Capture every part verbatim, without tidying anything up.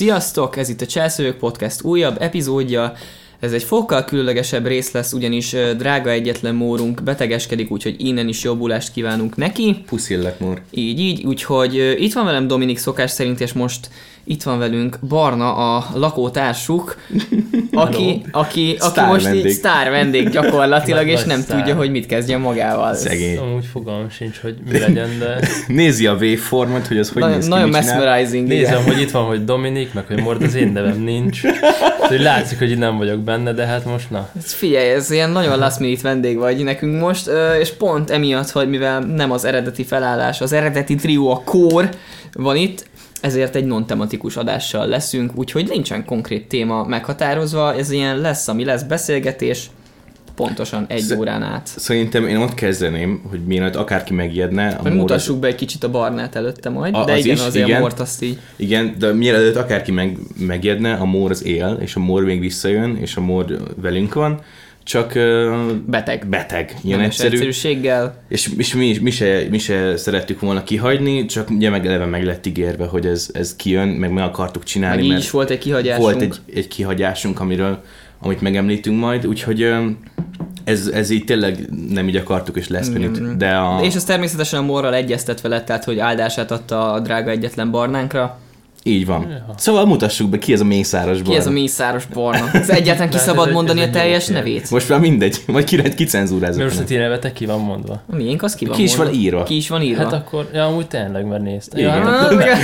Sziasztok, ez itt a Cselszövők Podcast újabb epizódja. Ez egy fokkal különlegesebb rész lesz, ugyanis drága egyetlen Mórunk betegeskedik, úgyhogy innen is jobbulást kívánunk neki. Puszillek, Mór. Így, így, úgyhogy itt van velem Dominik szokás szerint, és most itt van velünk Barna, a lakótársuk, aki, aki, aki most vendég. Így sztár vendég gyakorlatilag, és nem sztár. Tudja, hogy mit kezdjen magával. Szegény. Amúgy fogalmam sincs, hogy mi legyen, de... Nézi a waveformot, hogy az hogy Na, néz ki, nagyon mesmerizing. Nézem, hogy itt van, hogy Dominik, meg hogy Mord, az én nevem nincs. Hogy látszik, hogy itt nem vagyok benne, de hát most na. Figyelj, ez ilyen nagyon last minute vendég vagy nekünk most, és pont emiatt, hogy mivel nem az eredeti felállás, az eredeti trió, a core van itt, ezért egy non-tematikus adással leszünk, úgyhogy nincsen konkrét téma meghatározva, ez ilyen lesz, ami lesz beszélgetés, pontosan egy Sz- órán át. Szerintem én ott kezdeném, hogy mielőtt akárki megijedne... Hogy mutassuk az... be egy kicsit a Barnát előtte majd, a, de az igen, is, azért igen, a Mort azt így... Igen, de mielőtt akárki meg, megijedne, a Mór az él, és a Mór még visszajön, és a Mór velünk van, csak uh, beteg. Beteg, ilyen egyszerű. Egyszerűséggel. És, és mi, mi, se, mi se szerettük volna kihagyni, csak ugye meg eleve meg lett ígérve, hogy ez, ez kijön, meg meg akartuk csinálni. Meg így is volt egy kihagyásunk. Volt egy, egy kihagyásunk, amiről, amit megemlítünk majd, úgyhogy ez, ez így tényleg nem így akartuk, és lesz mm. de a... És ez természetesen a Morral egyeztetve lett, tehát hogy áldását adta a drága egyetlen Barnánkra. Így van. Ja. Szóval mutassuk be, ki ez a mészáros Barna. Ki ez a mészáros Barna? Ez egyáltalán ki szabad mondani a teljes nevét? Most már mindegy, majd ki, kicenzúrázok. Most a ti nevetek ki van mondva. A miénk az ki van ki mondva. Ki is van írva. Ki is van írva. Hát akkor, ja, amúgy tényleg, mert néztem. Igen. Ja,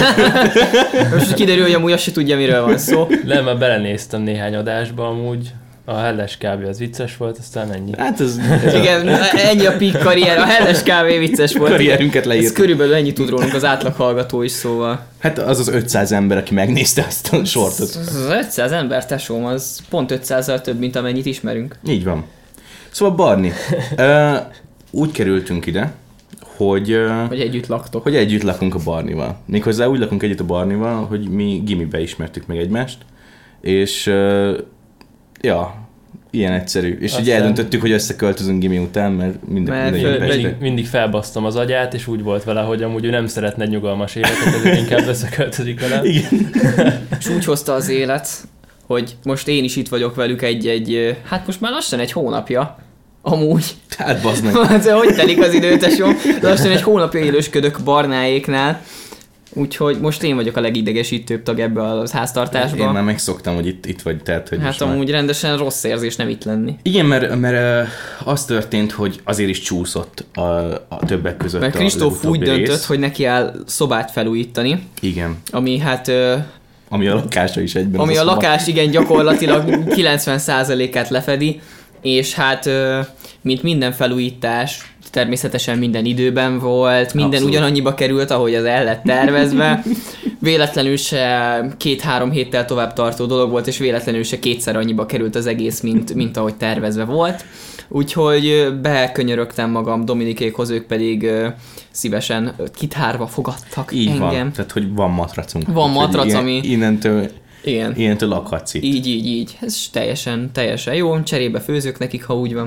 most kiderül, hogy amúgy azt se tudja, miről van szó. Nem, mert belenéztem néhány adásba amúgy. A Helles kávé az vicces volt, aztán ennyi. Hát ez... ez igen, a... ennyi a peak karrier, a Helles kávé vicces volt. Karrierünket leírt. Ez körülbelül ennyi tud rólunk az átlag hallgató is, szóval. Hát az az ötszáz ember, aki megnézte azt a sortot. Az ötszáz ember, tesóm, az pont ötszázzal több, mint amennyit ismerünk. Így van. Szóval Barni, uh, úgy kerültünk ide, hogy... Uh, hogy együtt laktok. Hogy együtt lakunk a Barnival. Méghozzá úgy lakunk együtt a Barnival, hogy mi gimibe ismertük meg egymást, és... Uh, Ja, ilyen egyszerű. És ugye eldöntöttük, hogy összeköltözünk gimi után, mert minden, mert minden föl, mindig, mindig felbasztam az agyát, és úgy volt vele, hogy amúgy ő nem szeretne egy nyugalmas életet, ezért inkább összeköltözik velem. Igen. És úgy hozta az élet, hogy most én is itt vagyok velük egy-egy, hát most már lassan egy hónapja. Amúgy. Hát bazd meg. Hát, hogy telik az idő, tesóm? Lassan egy hónapja élősködök Barnáéknál. Úgyhogy most én vagyok a legidegesítőbb tag ebbe a háztartásba. Én már megszoktam, hogy itt, itt vagy, tehát, hogy hát amúgy már... rendesen rossz érzés nem itt lenni. Igen, mert, mert az történt, hogy azért is csúszott a, a többek között mert a Kristóf úgy rész. döntött, hogy neki áll szobát felújítani. Igen. Ami hát... Ö... Ami a lakása is egyben. Ami a, a szoba. lakás, igen, gyakorlatilag kilencven százalékát lefedi, és hát ö, mint minden felújítás, természetesen minden időben volt, minden abszolút ugyanannyiba került, ahogy az el lett tervezve. Véletlenül se két-három héttel tovább tartó dolog volt, és véletlenül se kétszer annyiba került az egész, mint, mint ahogy tervezve volt. Úgyhogy bekönyörögtem magam Dominikékhoz, ők pedig szívesen kitárva fogadtak így engem. Van, tehát hogy van matracunk. Van matrac, ilyen, ami... Innentől... Igen. Ilyentől lakhatsz itt. Így, így, így. Ez teljesen, teljesen jó. Cserébe főzök nekik, ha úgy van.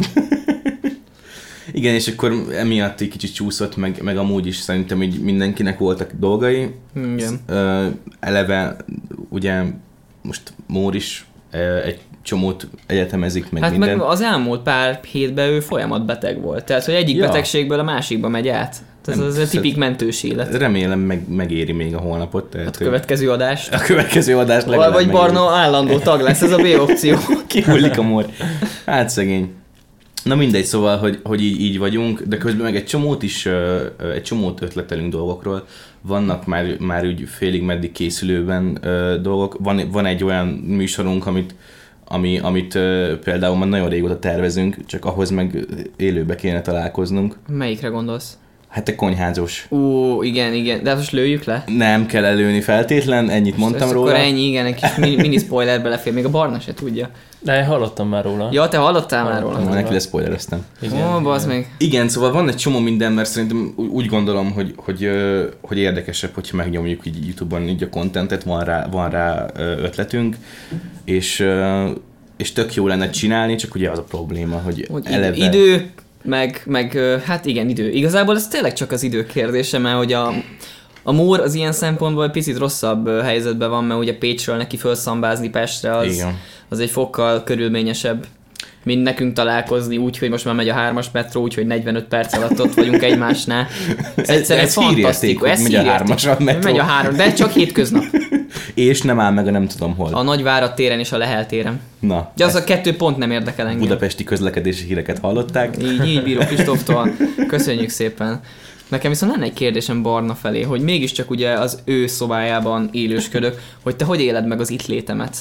Igen, és akkor emiatt egy kicsit csúszott, meg, meg amúgy is szerintem így mindenkinek voltak dolgai. Igen. Uh, eleve ugye most Mór is uh, egy csomót egyetemezik, meg hát minden. meg az elmúlt pár hétben ő folyamat beteg volt. Tehát, hogy egyik ja. betegségből a másikba megy át. Ez az a tipik mentős élet. Remélem meg, megéri még a holnapot. Tehát, hát a következő adást. A következő adást legalább vagy Barna állandó tag lesz, ez a B opció. Kihullik a Mór. Hát szegény. Na mindegy, szóval, hogy, hogy így, így vagyunk, de közben meg egy csomót is, egy csomót ötletelünk dolgokról. Vannak már, már úgy félig meddig készülőben dolgok. Van, van egy olyan műsorunk, amit, ami, amit például már nagyon régóta tervezünk, csak ahhoz meg élőbe kéne találkoznunk. Melyikre gondolsz? Hát a konyházós. Ú, igen, igen, de most lőjük le? Nem kell előni feltétlen, ennyit mondtam ezt róla. Akkor ennyi, igen, egy kis mini, mini spoiler belefér, még a Barna se tudja. De hallottam már róla. Ja, te hallottál már róla? Van, neki leszpoilereztem. Ó, bazd meg. Igen, szóval van egy csomó minden, mert szerintem úgy gondolom, hogy, hogy, hogy érdekesebb, hogyha megnyomjuk így YouTube-on így a contentet, van rá, van rá ötletünk, és, és tök jó lenne csinálni, csak ugye az a probléma, hogy, hogy eleve... idő, meg, meg hát igen, idő. Igazából ez tényleg csak az idő kérdése, mert hogy a A Mór az ilyen szempontból egy picit rosszabb helyzetben van, mert ugye Pécsről neki fölszambázni Pestre, az, az egy fokkal körülményesebb, mint nekünk találkozni úgy, hogy most már megy a hármas metró, úgyhogy negyvenöt perc alatt ott vagyunk egymásnál. Ez egyszerűen fantasztikus. Ez megy a hármas metró. Megy a három, de csak hétköznap. És nem áll meg a nem tudom hol. A Nagyvárad téren és a Lehel téren. Na. De az a kettő pont nem érdekel engem. Budapesti közlekedési híreket hallották. Így, így Bíró Kristóftól. Köszönjük szépen. Nekem viszont lenne egy kérdésem Barna felé, hogy mégiscsak ugye az ő szobájában élősködök, hogy te hogy éled meg az itt létemet?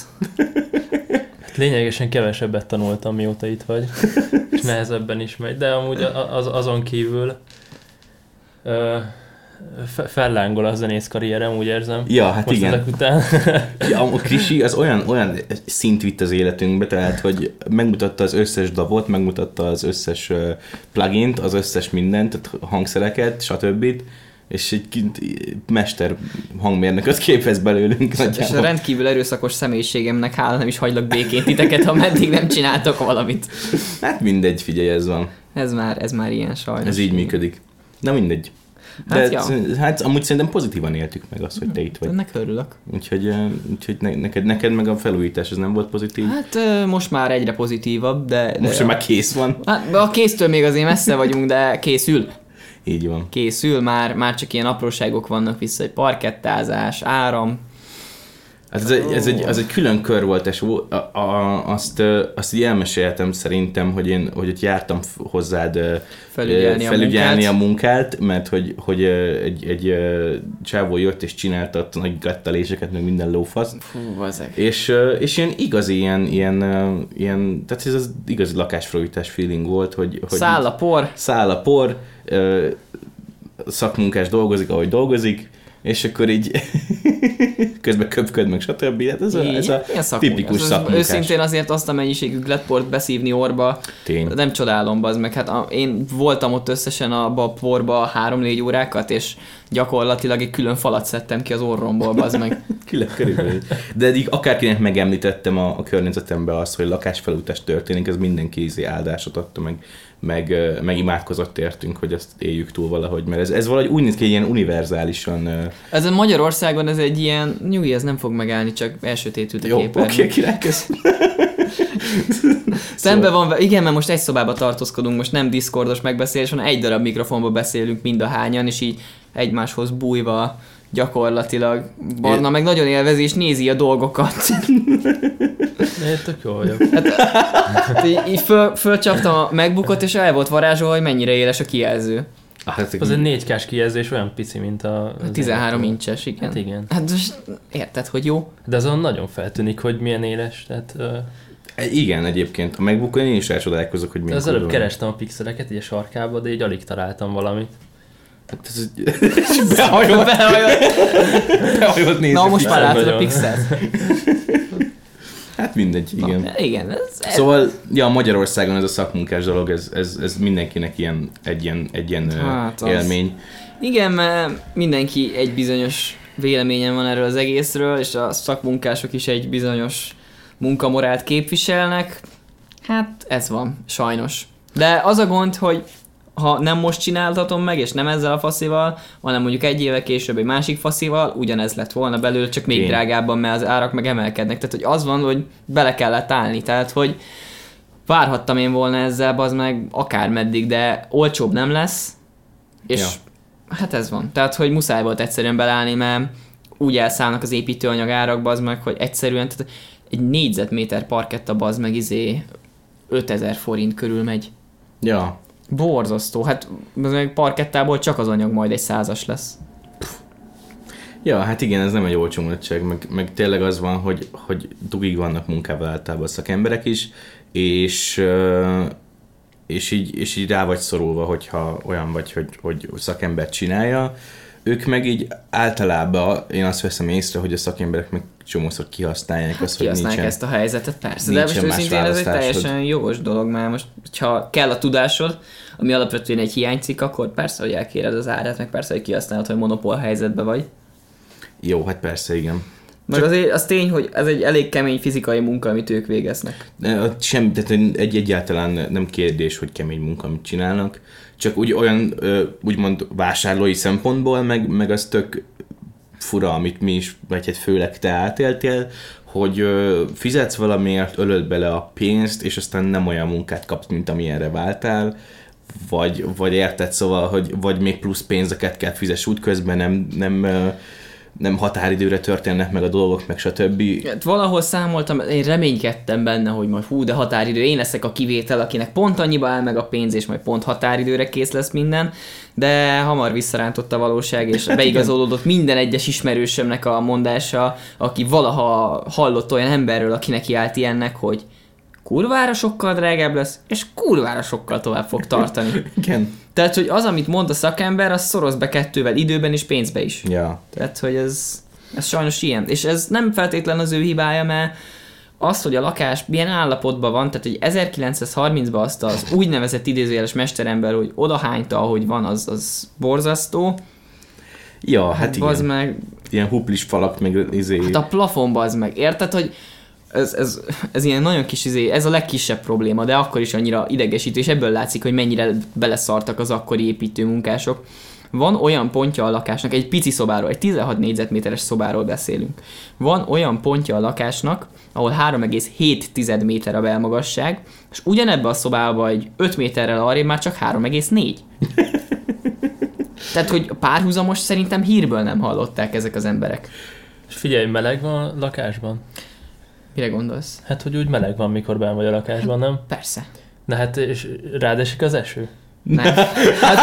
Lényegesen kevesebbet tanultam, mióta itt vagy, és nehezebben is megy, de amúgy az, azon kívül ö, fellángol a zenész karrierem, úgy érzem. Ja, hát most igen. Után. Ja, a Krisi az olyan, olyan szint vitt az életünkbe, tehát, hogy megmutatta az összes davot, megmutatta az összes plugint, az összes mindent, tehát hangszereket, stb. És egy mester hangmérnököt képez belőlünk. És a rendkívül erőszakos személyiségemnek hála nem is hagylak békén titeket, ha meddig nem csináltok valamit. Hát mindegy, figyelj, ez van. Ez már, ez már ilyen sajnos. Ez így működik. Na mindegy. De hát, ja. hát amúgy szerintem pozitívan éltük meg azt, hogy te itt vagy. Ennek örülök. Úgyhogy, úgyhogy ne, neked, neked meg a felújítás ez nem volt pozitív? Hát most már egyre pozitívabb, de... de most már kész van. Hát a késztől még azért messze vagyunk, de készül. Így van. Készül, már, már csak ilyen apróságok vannak vissza, egy parkettázás, áram. Hát ez, egy, ez egy, az egy külön kör volt, és a, a, azt, azt így elmeséltem szerintem, hogy én hogy ott jártam hozzád felügyelni, felügyelni a, munkát. a munkát, mert hogy, hogy egy, egy csávó jött és csinálta a nagy gattaléseket, meg minden lófasz. Fú, bazeg. És, és ilyen igazi, ilyen, ilyen, ilyen, tehát ez az igazi lakásfelújítás feeling volt, hogy... hogy száll a por. Száll a por, szakmunkás dolgozik, ahogy dolgozik, és akkor így közben köpköd meg, stb. Hát ez a, ez a tipikus szakmunkás. Őszintén azért azt a mennyiségű gletport beszívni orba, Tény. Nem csodálom, bazd meg. Hát a, én voltam ott összesen abba a porba három-négy órákat, és gyakorlatilag egy külön falat szedtem ki az orromból, bazd meg. Külön körülbelül. De eddig akárkinek megemlítettem a, a környezetemben azt, hogy lakásfelújítás történik, ez mindenki ízé áldásot adta, meg, meg, meg imádkozott értünk, hogy ezt éljük túl valahogy, mert ez, ez valahogy úgy néz ki, ilyen univerzálisan... Ez a Magyarországon ez egy ilyen, nyugi, ez nem fog megállni, csak elsötétült a képernyő. Jó, oké, okay, király, köszönöm. Szembe van, igen, mert most egy szobába tartózkodunk, most nem Discordos megbeszélés, hanem egy darab mikrofonba beszélünk mind a hányan, és így egymáshoz bújva gyakorlatilag. Barna meg nagyon élvezi, és nézi a dolgokat. Én tök jó vagyok. Hát, hát így, így föl, fölcsaptam a MacBookot, és el volt varázsolva, hogy mennyire éles a kijelző. Hát, az egy négy kás kijelzés olyan pici, mint a... tizenhárom incses, igen. Hát igen. Hát most érted, hogy jó? De azon nagyon feltűnik, hogy milyen éles, tehát... Uh... Igen, egyébként. A MacBookon én is elcsodálkozok, hogy milyen. Az előbb kerestem a pixeleket így a sarkába, de így alig találtam valamit. Hát ez behajolt, behajolt. Behajolt nézni. Na most már látod a pixelt. Hát mindegy, igen. Na, igen. Ez, szóval, ja, Magyarországon ez a szakmunkás dolog, ez, ez, ez mindenkinek ilyen, egy ilyen, egy ilyen hát élmény. Az. Igen, mert mindenki egy bizonyos véleményen van erről az egészről, és a szakmunkások is egy bizonyos munkamorált képviselnek. Hát ez van, sajnos. De az a gond, hogy ha nem most csináltatom meg, és nem ezzel a faszival, hanem mondjuk egy éve később egy másik faszival, ugyanez lett volna belőle, csak még Én. drágábban, mert az árak meg emelkednek. Tehát, hogy az van, hogy bele kellett állni. Tehát, hogy várhattam én volna ezzel, az meg akármeddig, de olcsóbb nem lesz, és ja. hát ez van. Tehát, hogy muszáj volt egyszerűen beleállni, mert úgy elszállnak az építőanyag árakba, az meg, hogy egyszerűen, tehát egy négyzetméter parketta bazd meg izé ötezer forint körül megy. Ja. Borzasztó. Hát meg parkettából csak az anyag majd egy százas lesz. Ja, hát igen, ez nem egy olcsó mulatság, meg, meg tényleg az van, hogy, hogy dugig vannak munkával általában a szakemberek is, és, és, így, és így rá vagy szorulva, hogyha olyan vagy, hogy, hogy szakember csinálja. Ők meg így általában, én azt veszem észre, hogy a szakemberek meg csomószor kihasználják hát azt, hogy nincsen, ezt a helyzetet, persze. De most őszintén ez egy teljesen jogos dolog, mert most, ha kell a tudásod, ami alapvetően egy hiánycikk, akkor persze, hogy elkéred az árát, meg persze, hogy kihasználod, hogy monopól helyzetben vagy. Jó, hát persze, igen. Meg azért az tény, hogy ez egy elég kemény fizikai munka, amit ők végeznek. Sem, tehát egy egyáltalán nem kérdés, hogy kemény munka, amit csinálnak, csak úgy olyan, úgymond vásárlói szempontból, meg, meg az tök fura, amit mi is, vagy hát főleg te átéltél, hogy fizetsz valamiért, ölöd bele a pénzt, és aztán nem olyan munkát kapsz, mint amilyenre váltál, vagy, vagy érted, szóval, hogy vagy még plusz pénzeket kell fizess útközben, nem, nem, nem határidőre történnek meg a dolgok, meg stb. Hát valahol számoltam, én reménykedtem benne, hogy majd hú, de határidő, én leszek a kivétel, akinek pont annyiba áll meg a pénz, és majd pont határidőre kész lesz minden, de hamar visszarántott a valóság, és beigazolódott minden egyes ismerősömnek a mondása, aki valaha hallott olyan emberről, aki neki állt ilyennek, hogy kurvára sokkal drágább lesz, és kurvára sokkal tovább fog tartani. Igen. Tehát, hogy az, amit mond a szakember, az szoroz be kettővel, időben és pénzbe is. Ja. Tehát, hogy ez, ez sajnos ilyen. És ez nem feltétlen az ő hibája, mert az, hogy a lakás milyen állapotban van, tehát hogy ezerkilencszázharmincban azt az úgynevezett idézőjeles mesterember, hogy odahányta, ahogy van, az, az borzasztó. Ja, hát igen. Meg, ilyen huplis falak, meg izé... Hát a plafonba az meg. Érted, hogy ez, ez, ez ilyen nagyon kis izé, ez a legkisebb probléma, de akkor is annyira idegesítő, és ebből látszik, hogy mennyire beleszartak az akkori építőmunkások. Van olyan pontja a lakásnak, egy pici szobáról, egy tizenhat négyzetméteres szobáról beszélünk. Van olyan pontja a lakásnak, ahol három egész hét méter a belmagasság, és ugyanebben a szobában egy öt méterrel arrébb már csak három egész négy. Tehát, hogy párhuzamos szerintem hírből nem hallották ezek az emberek. És figyelj, meleg van a lakásban? Mire gondolsz? Hát, hogy úgy meleg van, mikor benn vagy a lakásban, nem? Persze. Na hát, és rád esik az eső? Nem. Hát,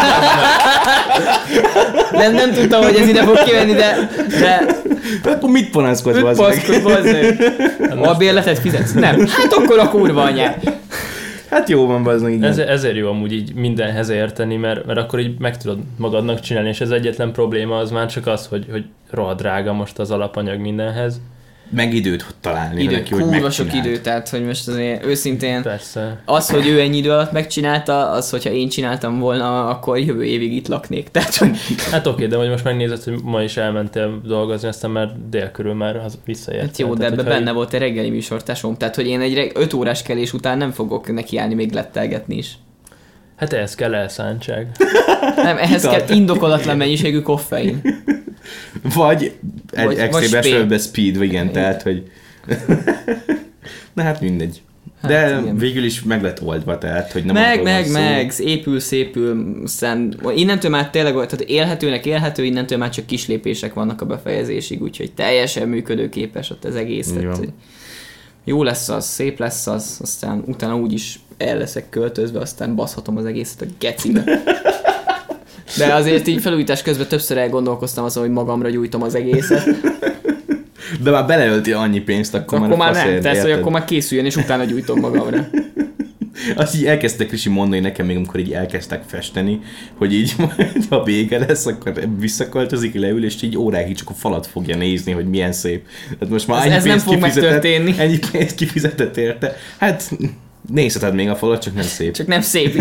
nem, nem tudtam, hogy ez ide fog kivenni, de... de... Akkor mit panaszkodsz, bazd meg? Mit panaszkodsz, A bérletet fizetsz? Nem. Hát akkor a kurva anyád. Hát jó van, bazd meg, igen. Ez, ezért jó amúgy így mindenhez érteni, mert, mert akkor így meg tudod magadnak csinálni, és ez egyetlen probléma az már csak az, hogy, hogy rohadt drága most az alapanyag mindenhez. Meg időt találni. Idő, neki, kurva sok idő, tehát hogy most azért őszintén Persze. Az, hogy ő ennyi idő alatt megcsinálta, az, hogyha én csináltam volna, akkor jövő évig itt laknék. Tehát, hogy... Hát oké, de hogy most megnézed, hogy ma is elmentél dolgozni, aztán már dél körül már az visszaért. Hát jó, de ebben benne így... volt egy reggeli műsortásom, tehát hogy én egy öt órás kelés után nem fogok nekiállni még lettelgetni is. Hát ehhez kell elszántság. Nem, ehhez kell indokolatlan mennyiségű koffein. Vagy egy vagy, extrém esőbe speed, igen, tehát, hogy... Na hát mindegy. Hát, de igen. Végül is meg lett oldva, tehát, hogy nem meg, meg, meg, épül, szépül, aztán innentől már tényleg, tehát élhetőnek élhető, innentől már csak kis lépések vannak a befejezésig, úgyhogy teljesen működőképes ott az egész. Tehát, jó lesz az, szép lesz az, aztán utána úgyis el leszek költözve, aztán baszhatom az egészet a gecibe. De azért így felújítás közben többször elgondolkoztam azon, hogy magamra gyújtom az egészet. De már beleölti annyi pénzt, akkor, akkor már, már nem, tesz, hogy érted? akkor már készüljön, és utána gyújtom magamra. Azt így elkezdtek Risi mondani nekem még, amikor így elkezdtek festeni, hogy így majd, ha vége lesz, akkor visszaköltözik, leül, és így óráig csak a falat fogja nézni, hogy milyen szép. Tehát most már ez, ennyi ez nem fog megtörténni. Ennyi pénzt kifizetett érte. Hát nézheted még a falat, csak nem szép. Csak nem szép.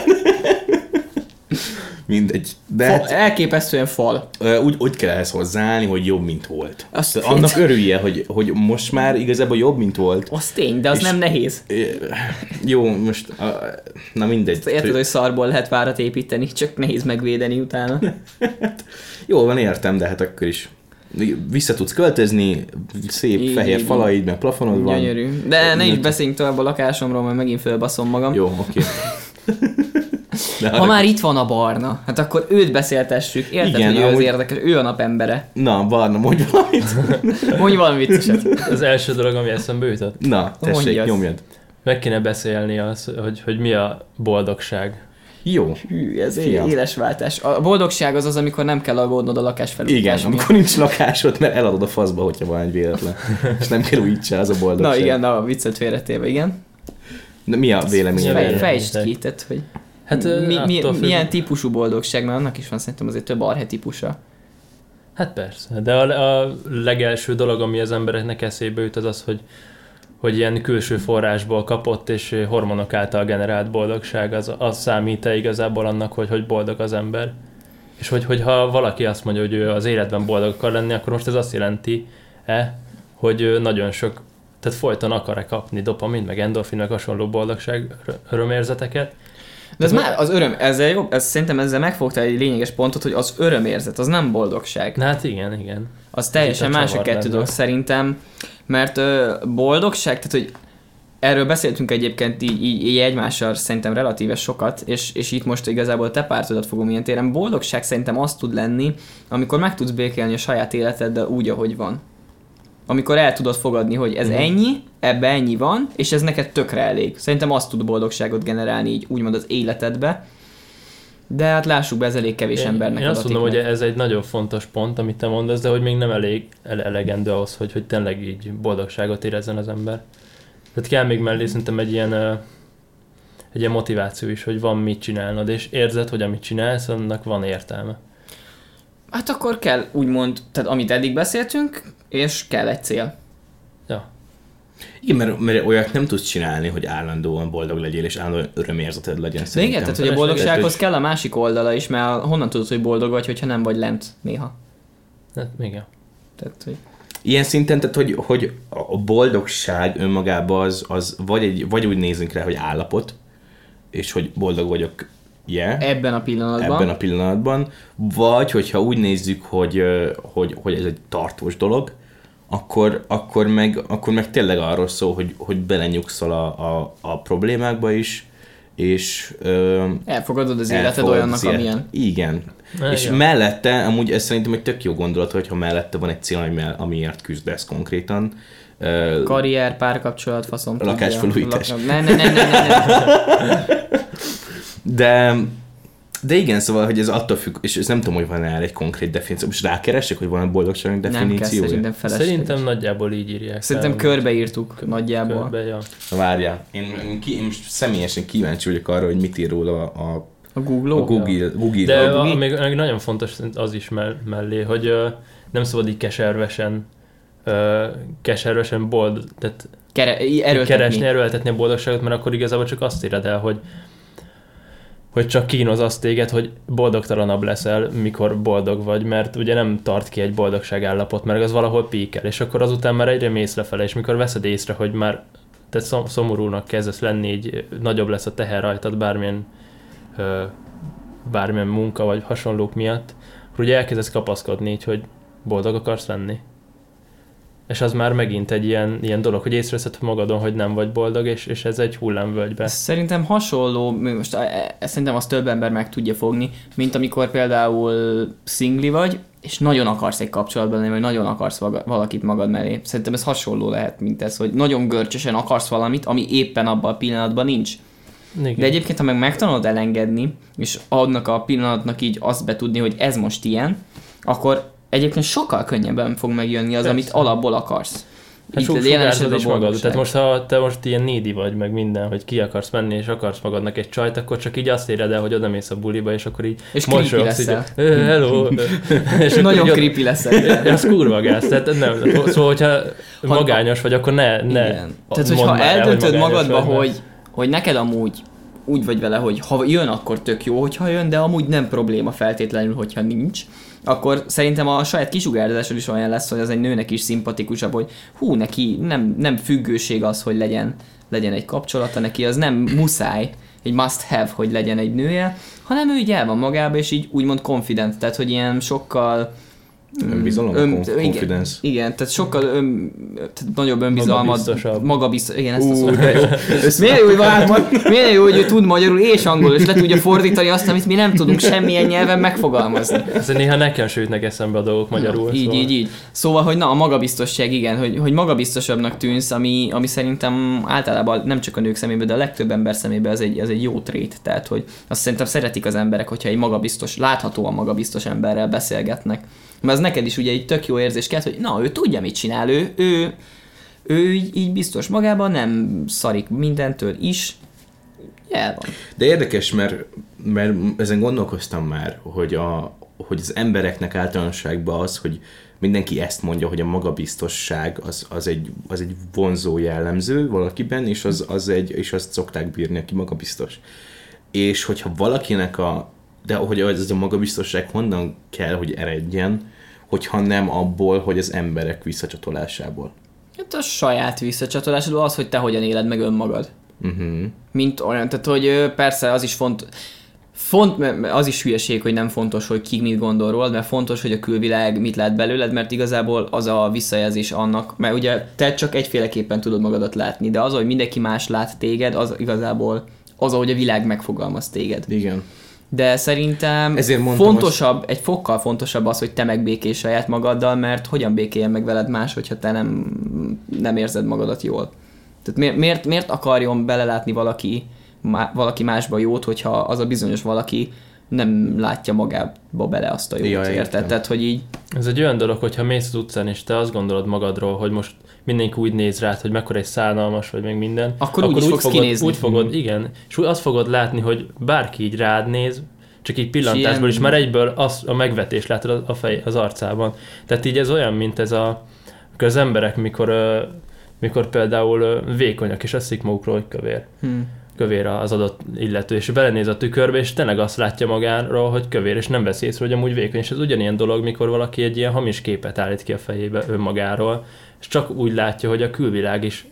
Mindegy. De fal, hát, elképesztően fal. Úgy, úgy kell ehhez hozzáállni, hogy jobb, mint volt. Azt annak örülje, hogy, hogy most már igazából jobb, mint volt. Az tény, de az nem nehéz. Jó, most, na mindegy. Azt érted, hogy szarból lehet várat építeni, csak nehéz megvédeni utána. Jó van, értem, de hát akkor is vissza tudsz költözni, szép így, fehér így, falaid, meg plafonod van. Gyönyörű. De ne is beszéljünk tovább a lakásomról, mert megint fölbaszom magam. Jó, oké. De ha, ha már itt van a Barna, hát akkor őt beszéltessük. Érted, igen, hogy ő az úgy... érdekes, ő a napembere. Na, Barna, mondj valamit. Mondj valami vicceset. Az első dolog, ami eszembe jutott. Na, tessék, mondjad. Nyomjad. Meg kéne beszélni az, hogy, hogy mi a boldogság. Jó. Hű, ez egy éles váltás. A boldogság az az, amikor nem kell aggódnod a lakás felújításra. Igen, amikor nincs lakásod, mert eladod a faszba, hogyha van egy véletlen. És nem kell újítsál, az a boldogság. Na igen, a viccet félretéve, igen. Na, mi a véleményed? Fej, fejtsd ki, tehát, hogy hát, mi, mi, milyen típusú boldogság, mert annak is van szerintem azért több archetípusa. Hát persze, de a, a legelső dolog, ami az embereknek eszébe jut, az az, hogy hogy ilyen külső forrásból kapott és hormonok által generált boldogság, az, az számít-e igazából annak, hogy, hogy boldog az ember. És hogy, hogyha valaki azt mondja, hogy ő az életben boldog akar lenni, akkor most ez azt jelenti-e, hogy nagyon sok, tehát folyton akar-e kapni dopamin, meg endorfin, meg hasonló boldogság örömérzeteket. De ez már az öröm, ezzel jobb, ez, szerintem ezzel megfogtál egy lényeges pontot, hogy az örömérzet, az nem boldogság. Na hát igen, igen. Az teljesen más a kettő dolog szerintem, mert ö, boldogság, tehát hogy erről beszéltünk egyébként így, így, így egymással szerintem relatíve sokat, és, és itt most igazából te pártodat fogom ilyen téren. Boldogság szerintem az tud lenni, amikor meg tudsz békélni a saját életeddel úgy, ahogy van. Amikor el tudod fogadni, hogy ez mm. ennyi, ebbe ennyi van, és ez neked tökre elég. Szerintem azt tud boldogságot generálni így úgymond az életedbe. De hát lássuk be, ez elég kevés én, embernek Én azt mondom, meg. hogy ez egy nagyon fontos pont, amit te mondasz, de hogy még nem elég ele- elegendő ahhoz, hogy, hogy tényleg így boldogságot érezzen az ember. Tehát kell még mellé szerintem egy ilyen, egy ilyen motiváció is, hogy van mit csinálnod, és érzed, hogy amit csinálsz, annak van értelme. Hát akkor kell úgymond, tehát amit eddig beszéltünk, és kell egy cél. Ja. Igen, mert, mert olyat nem tudsz csinálni, hogy állandóan boldog legyél, és állandóan örömérzeted legyen szerintem. Igen, tehát hogy a boldogsághoz kell a másik oldala is, mert honnan tudod, hogy boldog vagy, hogyha nem vagy lent néha. Hát igen. Tehát, hogy... Ilyen szinten, tehát hogy, hogy a boldogság önmagában az, az vagy, egy, vagy úgy nézünk rá, hogy állapot, és hogy boldog vagyok, yeah, ebben a pillanatban. Ebben a pillanatban. Vagy, hogyha úgy nézzük, hogy, hogy, hogy ez egy tartós dolog, akkor, akkor, meg, akkor meg tényleg arról szól, hogy, hogy belenyugszol a, a, a problémákba is, és ö, elfogadod az életed olyannak, élet. amilyen. Igen. Na, és igen. mellette, amúgy ez szerintem egy tök jó gondolat, hogyha mellette van egy cél, amiért küzdesz konkrétan. Karrier, párkapcsolat, faszom. Lakásfelújítás. Lak... Ne, ne, ne, ne, ne, ne. De, de igen, szóval, hogy ez attól függ, és ez nem tudom, hogy van-e egy konkrét definíció. Most rákeresek, hogy van a boldogságnak definíciója? Nem kell, szerintem felesleges. Szerintem nagyjából így írják. Szerintem körbeírtuk nagyjából. Körbe, ja. Na várjál, én, én, ki, én most személyesen kíváncsi vagyok arra, hogy mit ír róla a, a Google. A Google, Google. De a, a, még, még nagyon fontos az is mellé, hogy uh, nem szabad így keservesen, uh, keservesen bold, tehát Kere, erőltetni. keresni, erőltetni a boldogságot, mert akkor igazából csak azt éred el, hogy hogy csak kínoz azt téged, hogy boldogtalanabb leszel, mikor boldog vagy, mert ugye nem tart ki egy boldogság állapot, mert az valahol píkel, és akkor azután már egyre mész lefele, és mikor veszed észre, hogy már te szomorúnak kezdesz lenni, így nagyobb lesz a teher rajtad bármilyen, ö, bármilyen munka vagy hasonlók miatt, akkor ugye elkezdesz kapaszkodni, így, hogy boldog akarsz lenni. És az már megint egy ilyen, ilyen dolog, hogy észreveszed magadon, hogy nem vagy boldog, és, és ez egy hullámvölgybe. Szerintem hasonló, most szerintem azt több ember meg tudja fogni, mint amikor például szingli vagy, és nagyon akarsz egy kapcsolatban lenni, vagy nagyon akarsz valakit magad mellé. Szerintem ez hasonló lehet, mint ez, hogy nagyon görcsösen akarsz valamit, ami éppen abban a pillanatban nincs. Igen. De egyébként, ha meg megtanulod elengedni, és annak a pillanatnak így azt betudni, hogy ez most ilyen, akkor egyébként sokkal könnyebben fog megjönni az, Persze. amit alapból akarsz. Hát sugárzod is magad. Tehát most, ha te most ilyen needy vagy, meg minden, hogy ki akarsz menni, és akarsz magadnak egy csajt, akkor csak így azt éred el, hogy oda mész a buliba, és akkor így és creepy leszel. Így, hello! és nagyon creepy leszel. Ez kurva gáz. Tehát nem, szóval, hogyha magányos vagy, akkor ne, ne Tehát, hogyha eldöntöd magadba, hogy, hogy neked amúgy úgy vagy vele, hogy ha jön, akkor tök jó, hogyha jön, de amúgy nem probléma feltétlenül, hogyha nincs, akkor szerintem a saját kisugárzásod is olyan lesz, hogy az egy nőnek is szimpatikusabb, hogy hú, neki nem, nem függőség az, hogy legyen, legyen egy kapcsolata, neki az nem muszáj, egy must have, hogy legyen egy nője, hanem ő így el van magába, és így úgymond confident, tehát hogy ilyen sokkal önbizalom, ön, confidence. Igen, igen, tehát sokkal ön, tehát nagyobb önbizalmat, magabiztosabb. Magabiztos, igen, ezt uh, azt milyen jó, hogy Vártman, milyen jó, hogy ő tud magyarul és angolul, és le tudja fordítani azt, amit mi nem tudunk semmilyen nyelven megfogalmazni. Ez néha nekem se jutnak eszembe a dolgok magyarul. Na, így, szóval. így, így. Szóval, hogy na, a magabiztosság, igen, hogy, hogy magabiztosabbnak tűnsz, ami, ami szerintem általában nem csak a nők szemében, de a legtöbb ember szemében az egy, az egy jó trét. Tehát, hogy azt szerintem szeretik az emberek, hogyha egy magabiztos, láthatóan magabiztos emberrel beszélgetnek. Mert az neked is ugye egy tök jó érzés kell, hogy na, ő tudja, mit csinál, ő, ő, ő így, így biztos magában, nem szarik mindentől is, el van. De érdekes, mert, mert ezen gondolkoztam már, hogy, a, hogy az embereknek általánosságban az, hogy mindenki ezt mondja, hogy a magabiztosság az, az, egy, az egy vonzó jellemző valakiben, és, az, az egy, és azt szokták bírni, aki magabiztos. És hogyha valakinek a de hogy ez a magabiztosság honnan kell, hogy eredjen, hogyha nem abból, hogy az emberek visszacsatolásából. Hát a saját visszacsatolásod az, hogy te hogyan éled meg önmagad. Uh-huh. Mint olyan, tehát hogy persze az is font, font, az is hülyeség, hogy nem fontos, hogy ki mit gondol rólad, mert fontos, hogy a külvilág mit lát belőled, mert igazából az a visszajelzés annak, mert ugye te csak egyféleképpen tudod magadat látni, de az, hogy mindenki más lát téged, az igazából az, ahogy a világ megfogalmaz téged. Igen. De szerintem fontosabb, azt... egy fokkal fontosabb az, hogy te megbékélj saját magaddal, mert hogyan békéljen meg veled más, hogyha te nem, nem érzed magadat jól. Tehát miért, miért, miért akarjon belelátni valaki, má, valaki másba jót, hogyha az a bizonyos valaki nem látja magába bele azt a jót, ja, érted? Tehát, hogy így... Ez egy olyan dolog, hogyha mész az utcán, és te azt gondolod magadról, hogy most mindenki úgy néz rád, hogy mekkora egy szánalmas, vagy meg minden. Akkor, akkor úgy, úgy fogsz fogod, kinézni. Úgy fogod, mm. igen. És azt fogod látni, hogy bárki így rád néz, csak így pillantásból is, már egyből az, a megvetés látod a fej, az arcában. Tehát így ez olyan, mint ez a... az emberek, mikor, mikor például vékonyak, és azt hiszik magukról, hogy kövér. Hmm. kövér az adott illető, és belenéz a tükörbe, és tényleg azt látja magáról, hogy kövér, és nem vesz észre, hogy amúgy vékony. És ez ugyanilyen dolog, mikor valaki egy ilyen hamis képet állít ki a fejébe önmagáról, és csak úgy látja, hogy a külvilág is,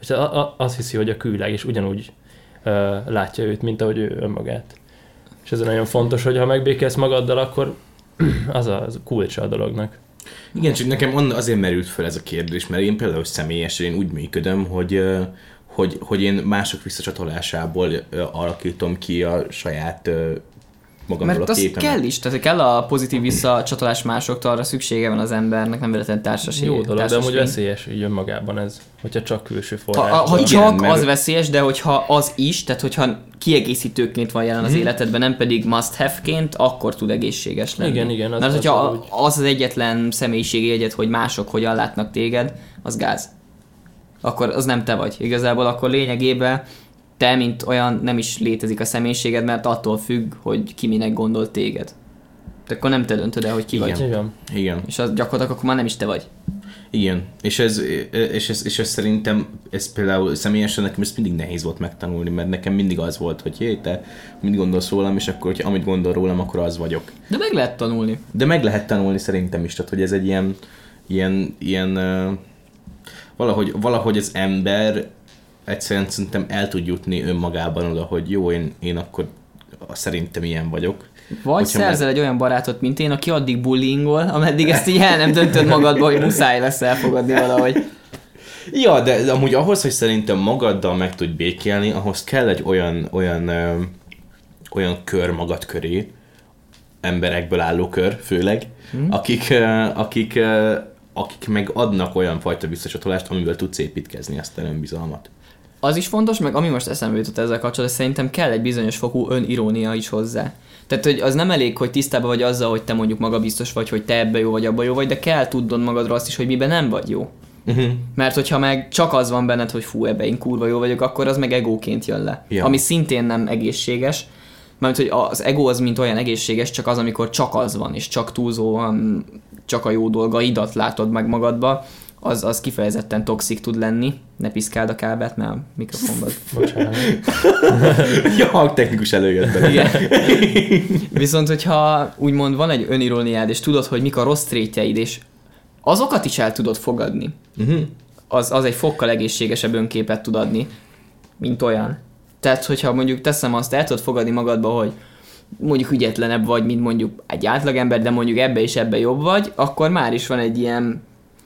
azt hiszi, hogy a külvilág is ugyanúgy uh, látja őt, mint ahogy ő önmagát. És ez nagyon fontos, hogy ha megbékélsz magaddal, akkor az a kulcsa a dolognak. Igen, csak nekem azért merült fel ez a kérdés, mert én például személyesen én úgy működöm, hogy Hogy, hogy én mások visszacsatolásából alakítom ki a saját magamról mert a képemet. Mert az kell is, tehát kell a pozitív visszacsatolás másoktól, arra szüksége van az embernek, nem véletlen társas. Jó dolog, de amúgy veszélyes így önmagában ez, hogyha csak külső forrás. Ha, ha csak igen, az veszélyes, de hogyha az is, tehát hogyha kiegészítőként van jelen az hmm. életedben, nem pedig must have-ként, akkor tud egészséges lenni. Igen, igen. Az mert az hogyha az, az az egyetlen személyiségi jegyed, hogy mások hogyan látnak téged, az gáz. Akkor az nem te vagy. Igazából akkor lényegében te, mint olyan, nem is létezik a személyiséged, mert attól függ, hogy ki minek gondol téged. De akkor nem te döntöd el, hogy ki igen. vagy. Igen. Igen. És az gyakorlatilag akkor már nem is te vagy. Igen. És ez, és ez, és ez szerintem, ez például személyesen nekem ez mindig nehéz volt megtanulni, mert nekem mindig az volt, hogy hé, te mit gondolsz rólam, és akkor, hogy amit gondol rólam, akkor az vagyok. De meg lehet tanulni. De meg lehet tanulni szerintem is, tehát hogy ez egy ilyen, ilyen, ilyen uh, Valahogy, valahogy az ember egyszerűen szerintem el tud jutni önmagában oda, hogy jó, én, én akkor szerintem ilyen vagyok. Vagy szerzel meg... egy olyan barátot, mint én, aki addig bullyingol, ameddig ezt így el nem döntöd magadba, hogy muszáj lesz elfogadni valahogy. Ja, de, de amúgy ahhoz, hogy szerintem magaddal meg tudj békélni, ahhoz kell egy olyan, olyan, ö, olyan kör magad köré, emberekből álló kör főleg, hmm. akik, ö, akik ö, akik meg adnak olyan fajta visszacsatolást, amiből tudsz építkezni azt a önbizalmat. Az is fontos, meg ami most eszembe jutott ezzel kapcsolatban, szerintem kell egy bizonyos fokú önirónia is hozzá. Tehát, hogy az nem elég, hogy tisztában vagy azzal, hogy te mondjuk magabiztos vagy, hogy te ebbe jó vagy, abba jó vagy, de kell tudnod magadról azt is, hogy miben nem vagy jó. Uh-huh. Mert hogyha meg csak az van benned, hogy fú, ebbe én kurva jó vagyok, akkor az meg egóként jön le. Ja. Ami szintén nem egészséges. Mert hogy az ego az mint olyan egészséges, csak az, amikor csak az van, és csak túlzóan csak a jó dolgaidat látod meg magadba, az, az kifejezetten toxik tud lenni. Ne piszkáld a kábelt, mert a mikrofonban. Bocsánat. Ja, hangtechnikus előjött belőle. Viszont, hogyha úgymond van egy öniróniád, és tudod, hogy mik a rossz trétjeid, és azokat is el tudod fogadni, uh-huh. az, az egy fokkal egészségesebb önképet tud adni, mint olyan. Tehát, hogyha mondjuk teszem azt, el tudod fogadni magadba, hogy mondjuk ügyetlenebb vagy, mint mondjuk egy átlagember, de mondjuk ebbe és ebbe jobb vagy, akkor már is van egy ilyen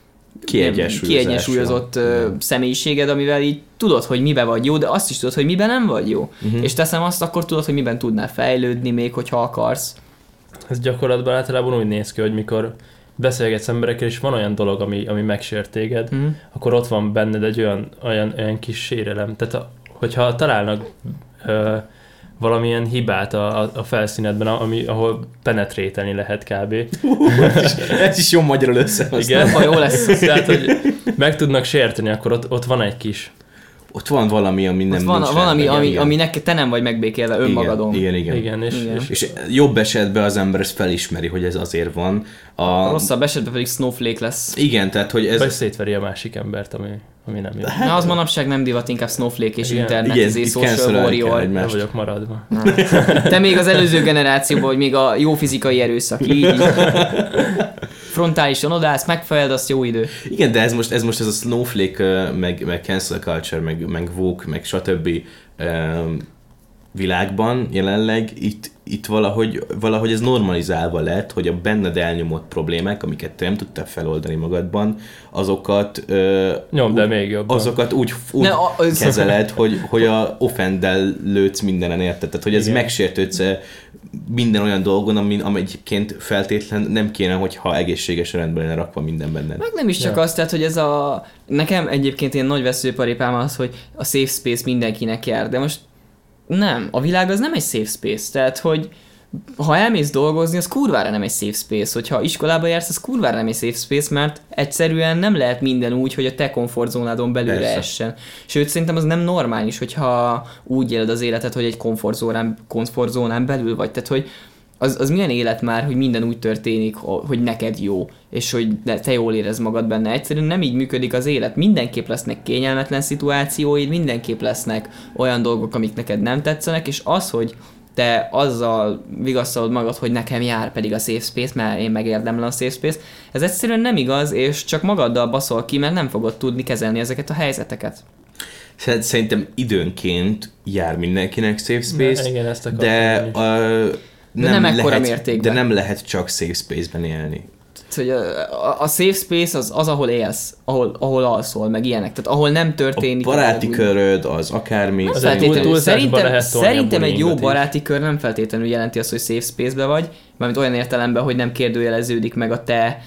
kiegyensúlyozott személyiséged, amivel így tudod, hogy mibe vagy jó, de azt is tudod, hogy miben nem vagy jó. Uh-huh. És teszem azt, akkor tudod, hogy miben tudnál fejlődni még, hogyha akarsz. Ez gyakorlatban általában úgy néz ki, hogy mikor beszélgetsz emberekkel, és van olyan dolog, ami, ami megsért téged, uh-huh. akkor ott van benned egy olyan, olyan, olyan kis sérelem. Tehát a, hogyha találnak ö, valamilyen hibát a, a felszínedben, ami, ahol penetrételni lehet kb. Uh, ez, is, ez is jó magyarul összehoztam. Igen, jó lesz. Tehát, hogy meg tudnak sérteni, akkor ott, ott van egy kis... Ott van valami, ami nem van, nincs valami, rá, ami, ami neked te nem vagy megbékélve önmagadon. Igen, igen. igen, és, igen. És, és, és jobb esetben az ember ezt felismeri, hogy ez azért van. A, a rosszabb esetben pedig snowflake lesz. Igen, tehát hogy ez... Vagy szétveri a másik embert, ami, ami nem jó. Hát, na, az manapság nem divat, inkább snowflake és igen. internet, igen, és social warrior. Nem vagyok maradva. Na. Te még az előző generációban, hogy még a jó fizikai erőszak, így. frontálisan odaállsz, megfejeld, azt jó idő. Igen, de ez most ez, most ez a snowflake, meg, meg cancel culture, meg, meg woke, meg stb. Um, világban jelenleg itt, itt valahogy, valahogy ez normalizálva lett, hogy a benned elnyomott problémák, amiket te nem tudtál feloldani magadban, azokat uh, Nyomd el még jobban. Azokat úgy, úgy ne, az... kezeled, hogy, hogy a offenddel lőtsz mindenen, érted? Tehát, hogy ez megsértődsz minden olyan dolgon, ami, ami egyébként feltétlen nem kéne, hogyha egészséges rendben lenne rakva minden benned. Meg nem is csak ja. az, tehát, hogy ez a... Nekem egyébként ilyen nagy veszőparipám az, hogy a safe space mindenkinek jár, de most nem, a világ az nem egy safe space, tehát, hogy ha elmész dolgozni, az kurvára nem egy safe space, hogyha iskolába jársz, az kurvára nem egy safe space, mert egyszerűen nem lehet minden úgy, hogy a te komfortzónádon belülre Persze. essen. Sőt, szerintem az nem normális, hogyha úgy éled az életet, hogy egy komfortzónán, komfortzónán belül vagy, tehát, hogy az, az milyen élet már, hogy minden úgy történik, hogy neked jó, és hogy te jól érezd magad benne. Egyszerűen nem így működik az élet. Mindenképp lesznek kényelmetlen szituációid, mindenképp lesznek olyan dolgok, amik neked nem tetszenek, és az, hogy te azzal vigasztalod magad, hogy nekem jár pedig a safe space, mert én megérdemlem a safe space, ez egyszerűen nem igaz, és csak magaddal baszol ki, mert nem fogod tudni kezelni ezeket a helyzeteket. Szerintem időnként jár mindenkinek safe space, de, igen, ezt de a, nem, de nem ekkora lehet, mértékben. De nem lehet csak safe space-ben élni. Hogy a, a, a safe space az, az, ahol élsz, ahol, ahol alszol, meg ilyenek. Tehát ahol nem történik... A baráti köröd, az akármi... Az feltétlenül. Szerintem, szerintem egy jó baráti kör nem feltétlenül jelenti azt, hogy safe space-be vagy, mármint olyan értelemben, hogy nem kérdőjeleződik meg a te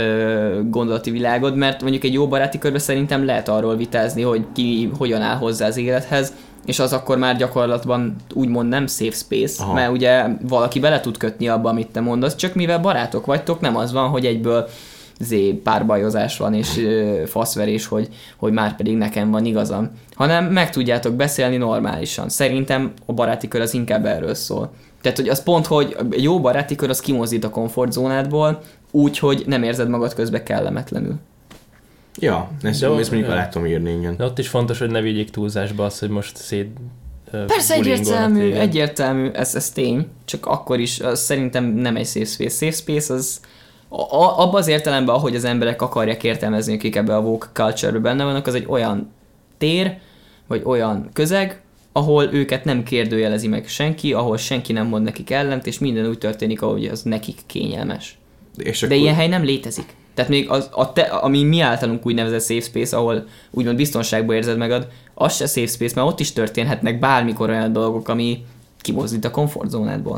ö, gondolati világod, mert mondjuk egy jó baráti körben szerintem lehet arról vitázni, hogy ki hogyan áll hozzá az élethez, és az akkor már gyakorlatban úgymond nem safe space, Aha. mert ugye valaki bele tud kötni abba, amit te mondasz, csak mivel barátok vagytok, nem az van, hogy egyből zé, párbajozás van, és ö, faszverés, hogy, hogy már pedig nekem van igazam, hanem meg tudjátok beszélni normálisan. Szerintem a baráti kör az inkább erről szól. Tehát, hogy az pont, hogy egy jó baráti kör az kimozdít a komfortzónádból, úgy, hogy nem érzed magad közben kellemetlenül. Ja, ezt, ezt mondjuk ja. látom írni, igen. De ott is fontos, hogy ne vigyék túlzásba azt, hogy most szét uh, Persze egyértelmű, egyértelmű, ez, ez tény, csak akkor is az szerintem nem egy safe space. Safe space az abban az értelemben, ahogy az emberek akarják értelmezni, akik ebbe a woke culture-be benne vannak, az egy olyan tér, vagy olyan közeg, ahol őket nem kérdőjelezi meg senki, ahol senki nem mond nekik ellent, és minden úgy történik, ahogy az nekik kényelmes. És De akkor... ilyen hely nem létezik. Tehát még az, a te, ami mi általunk úgynevezett safe space, ahol úgymond biztonságban érzed megad, az se safe space, mert ott is történhetnek bármikor olyan dolgok, ami kimozdít a komfortzónádból.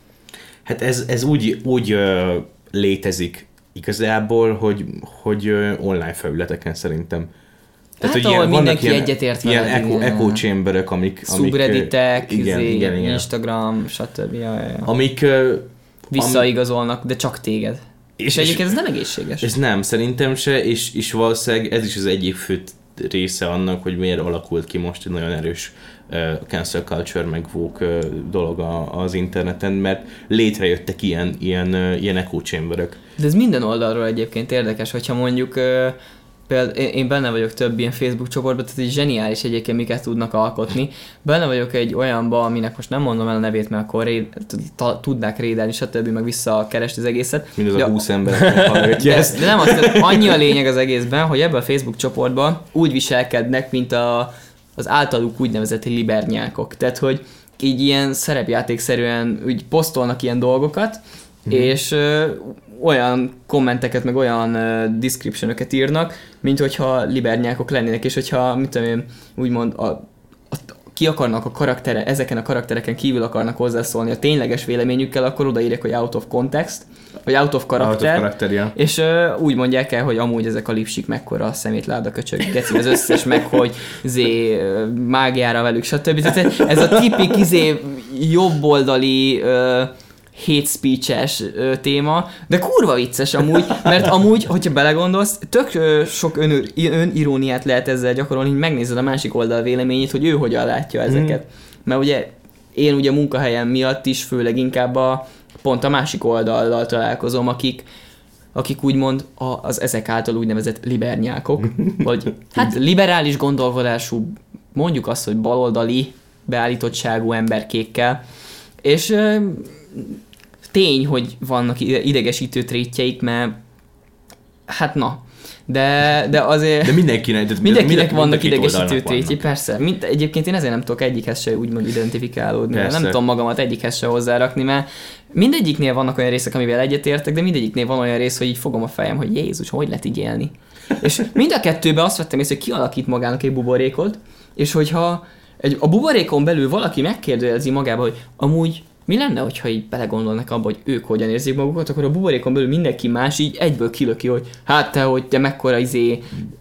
Hát ez, ez úgy, úgy uh, létezik igazából, hogy, hogy uh, online felületeken szerintem. Tehát, hát hogy ahol mindenki egyetért vele. Ilyen echo, echo chamberek, amik... Subredditek, amik, igen, izé, igen, igen. Instagram, stb. Ja, ja, ja. Amik... Uh, visszaigazolnak, de csak téged. És, és egyébként ez nem egészséges. Ez nem, szerintem se, és, és valószínűleg ez is az egyik fő része annak, hogy miért alakult ki most egy nagyon erős uh, cancel culture, meg woke uh, dolog a, az interneten, mert létrejöttek ilyen, ilyen, uh, ilyen echo chamberök. De ez minden oldalról egyébként érdekes, hogyha mondjuk uh, például én benne vagyok több ilyen Facebook csoportban, tehát így zseniális egyébként miket tudnak alkotni. Benne vagyok egy olyanba, aminek most nem mondom el a nevét, mert akkor réd, tudnák rédelni, stb. Meg visszakeresni az egészet. Mindaz a húsz embereknek hallgatja ezt. De nem az, annyi a lényeg az egészben, hogy ebben a Facebook csoportban úgy viselkednek, mint a, az általuk úgynevezett libernyákok. Tehát, hogy így ilyen szerepjátékszerűen úgy posztolnak ilyen dolgokat, hmm. és ö, olyan kommenteket, meg olyan uh, descriptionöket írnak, mint hogyha libernyákok lennének, és hogyha, mit tudom én, úgymond a, a, ki akarnak a karaktere, ezeken a karaktereken kívül akarnak hozzászólni a tényleges véleményükkel, akkor odaírják, hogy out of context, vagy out of character, out of character ja. és uh, úgy mondják el, hogy amúgy ezek a lipsik mekkora a szemétláda köcsög, geci, az összes meg, hogy zé, mágiára velük, stb. Tehát ez a tipik izé jobboldali uh, hate speech-es ö, téma, de kurva vicces amúgy, mert amúgy, hogyha belegondolsz, tök ö, sok ön, öniróniát lehet ezzel gyakorolni, hogy megnézed a másik oldal véleményét, hogy ő hogyan látja ezeket. Mm. Mert ugye én ugye munkahelyem miatt is főleg inkább a, pont a másik oldallal találkozom, akik, akik úgymond a, az ezek által úgynevezett libernyákok, vagy hát liberális gondolkodású, mondjuk azt, hogy baloldali beállítottságú emberkékkel, és ö, tény, hogy vannak idegesítő trétjeik, mert Hát na. De, de azért... De mindenkinek, de mindenkinek mind, vannak idegesítő trétjei, persze. Mind, egyébként én ezért nem tudok egyikhez se úgymond identifikálódni. Nem tudom magamat egyikhez se hozzárakni, mert mindegyiknél vannak olyan részek, amivel egyetértek, de mindegyiknél van olyan rész, hogy így fogom a fejem, hogy Jézus, hogy lehet így élni. És mind a kettőben azt vettem észre, hogy kialakít magának egy buborékot, és hogyha egy, a buborékon belül valaki megkérdőjelezi magába, hogy amúgy mi lenne, hogyha így belegondolnak abba, hogy ők hogyan érzik magukat, akkor a buborékon belül mindenki más így egyből kilöki, hogy hát te, hogy te mekkora izé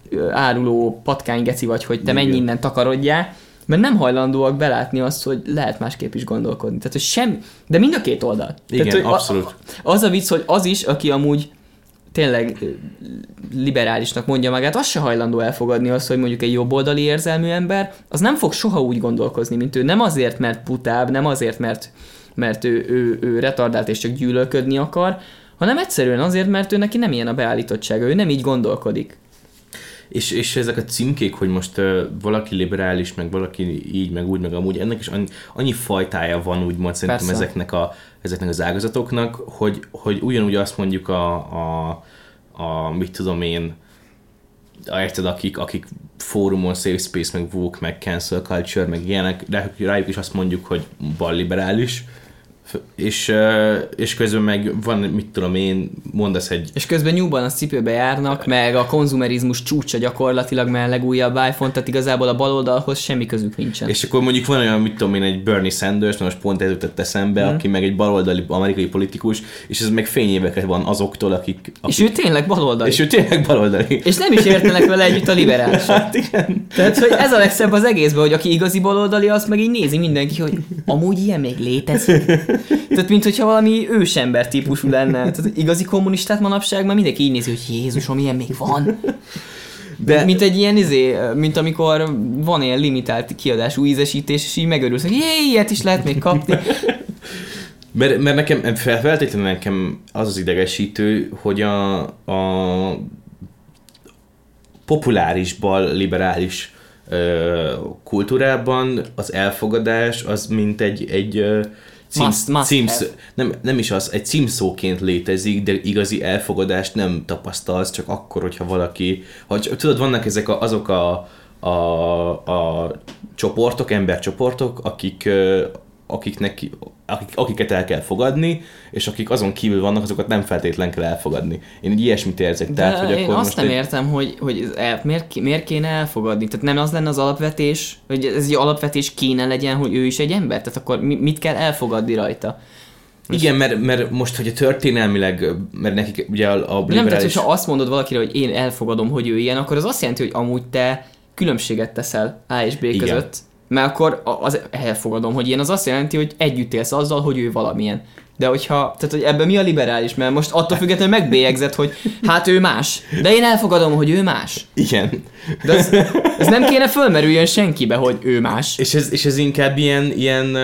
áruló patkánygeci vagy, hogy te igen, menj innen, takarodjál, mert nem hajlandóak belátni azt, hogy lehet másképp is gondolkodni. Tehát, hogy sem, de mind a két oldal. Igen, tehát, hogy abszolút. A, az a vicc, hogy az is, aki amúgy tényleg liberálisnak mondja magát, az se hajlandó elfogadni azt, hogy mondjuk egy jobboldali érzelmű ember, az nem fog soha úgy gondolkozni, mint ő. Nem azért, mert putább, nem azért, mert mert ő, ő, ő retardált és csak gyűlölködni akar, hanem egyszerűen azért, mert ő neki nem ilyen a beállítottsága, ő nem így gondolkodik. És, és ezek a címkék, hogy most uh, valaki liberális, meg valaki így, meg úgy, meg amúgy, ennek is annyi, annyi fajtája van, úgymond szerintem ezeknek, a, ezeknek az ágazatoknak, hogy, hogy ugyanúgy azt mondjuk a, a, a mit tudom én, érted, akik, akik fórumon, safe space, meg woke, meg cancel culture, meg ilyenek, de rájuk is azt mondjuk, hogy balliberális, és, és közben meg van, mit tudom én, mondasz egy... És közben nyúlban a cipőbe járnak, meg a konzumerizmus csúcsa gyakorlatilag, mert a legújabb iPhone, tehát igazából a baloldalhoz semmi közük nincsen. És akkor mondjuk van olyan, mit tudom én, egy Bernie Sanders, most pont ez jutott eszembe, mm. aki meg egy baloldali amerikai politikus, és ez meg fényéveket van azoktól, akik, akik... És ő tényleg baloldali. És ő tényleg baloldali. És nem is értenek vele együtt a liberálisok. Hát igen. Tehát, hogy ez a legszebb az egészben, hogy aki igazi baloldali, azt meg így nézi mindenki, hogy amúgy ilyen még létezik. Tehát, mint hogyha valami ősember típusú lenne. Tehát igazi kommunistát manapság már mindenki így nézi, hogy Jézusom, ilyen még van. De... Mint egy ilyen izé, mint amikor van ilyen limitált kiadású ízesítés, és így megörülsz, hogy jé, ilyet is lehet még kapni. Mert, mert nekem, feltétlenül nekem az az idegesítő, hogy a, a populáris bal liberális ö, kultúrában az elfogadás az mint egy, egy Cím, must, must címsz, nem, nem is az, egy címszóként létezik, de igazi elfogadást nem tapasztalsz, csak akkor, hogyha valaki, hogy, tudod, vannak ezek a, azok a, a, a csoportok, embercsoportok, akik, akiknek, akik, akiket el kell fogadni, és akik azon kívül vannak, azokat nem feltétlen kell elfogadni. Én így ilyesmit érzek. De tehát, hogy én akkor azt most nem egy... értem, hogy, hogy el, miért, miért kéne elfogadni. Tehát nem az lenne az alapvetés, hogy ez egy alapvetés kéne legyen, hogy ő is egy ember? Tehát akkor mit kell elfogadni rajta? Most... Igen, mert, mert most, hogy a történelmileg, mert nekik ugye a, a liberális... Nem, tehát hogyha azt mondod valakire, hogy én elfogadom, hogy ő ilyen, akkor az azt jelenti, hogy amúgy te különbséget teszel A és B között. Igen. Mert akkor az elfogadom, hogy ilyen, az azt jelenti, hogy együtt élsz azzal, hogy ő valamilyen. De hogyha, tehát hogy ebben mi a liberális? Mert most attól függetlenül megbélyegzett, hogy hát ő más. De én elfogadom, hogy ő más. Igen. De ez, ez nem kéne fölmerüljön senkibe, hogy ő más. És ez, és ez inkább ilyen, ilyen,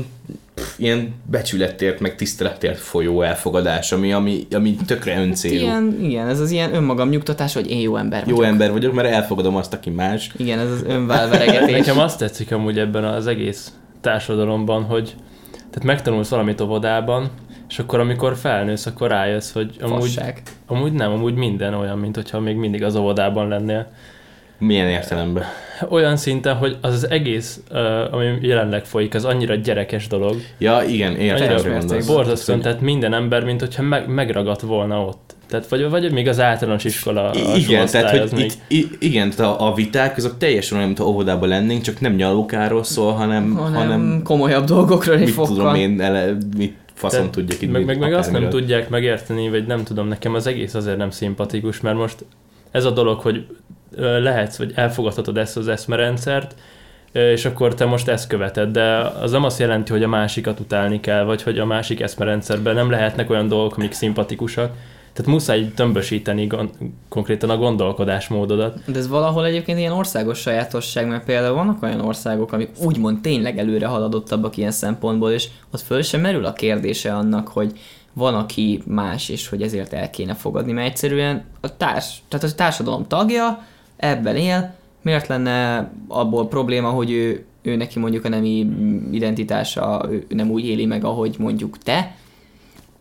pff, ilyen becsületért, meg tiszteletért folyó elfogadás, ami, ami, ami tökre öncélú. Igen, igen, ez az ilyen önmagam nyugtatás, hogy én jó ember vagyok. Jó ember vagyok, mert elfogadom azt, aki más. Igen, ez az önválveregetés. Nekem azt tetszik amúgy ebben az egész társadalomban, hogy tehát megtanulsz valamit óvodában, és akkor amikor felnősz, akkor rájössz, hogy amúgy, amúgy nem, amúgy minden olyan, mint hogyha még mindig az óvodában lennél. Milyen értelemben? Olyan szinten, hogy az az egész, uh, ami jelenleg folyik, az annyira gyerekes dolog. Ja, igen, értem. Borzasztóan, tehát minden ember, mint hogyha meg, megragadt volna ott. Tehát vagy, vagy még az általános iskola a igen, tehát, hogy még... itt, igen, tehát a, a viták azok teljesen olyan, mint ha óvodában lennénk, csak nem nyalókáról szól, hanem, hanem, hanem komolyabb dolgokról egy fokkal. Mit tudom én, ele, mit faszom tudják itt. Meg, meg, meg azt nem tudják megérteni, vagy nem tudom, nekem az egész azért nem szimpatikus, mert most ez a dolog, hogy lehetsz, vagy elfogadhatod ezt az eszmerendszert, és akkor te most ezt követed, de az nem azt jelenti, hogy a másikat utálni kell, vagy hogy a másik eszmerendszerben nem lehetnek olyan dolgok, amik szimpatikusak. Tehát muszáj tömbösíteni gond, konkrétan a gondolkodásmódodat. De ez valahol egyébként ilyen országos sajátosság, mert például vannak olyan országok, amik úgymond tényleg előre haladottabbak ilyen szempontból, és ott föl sem merül a kérdése annak, hogy van, aki más, és hogy ezért el kéne fogadni, mert egyszerűen a, társ, tehát a társadalom tagja, ebben él, miért lenne abból probléma, hogy ő, ő neki mondjuk a nemi identitása ő nem úgy éli meg, ahogy mondjuk te.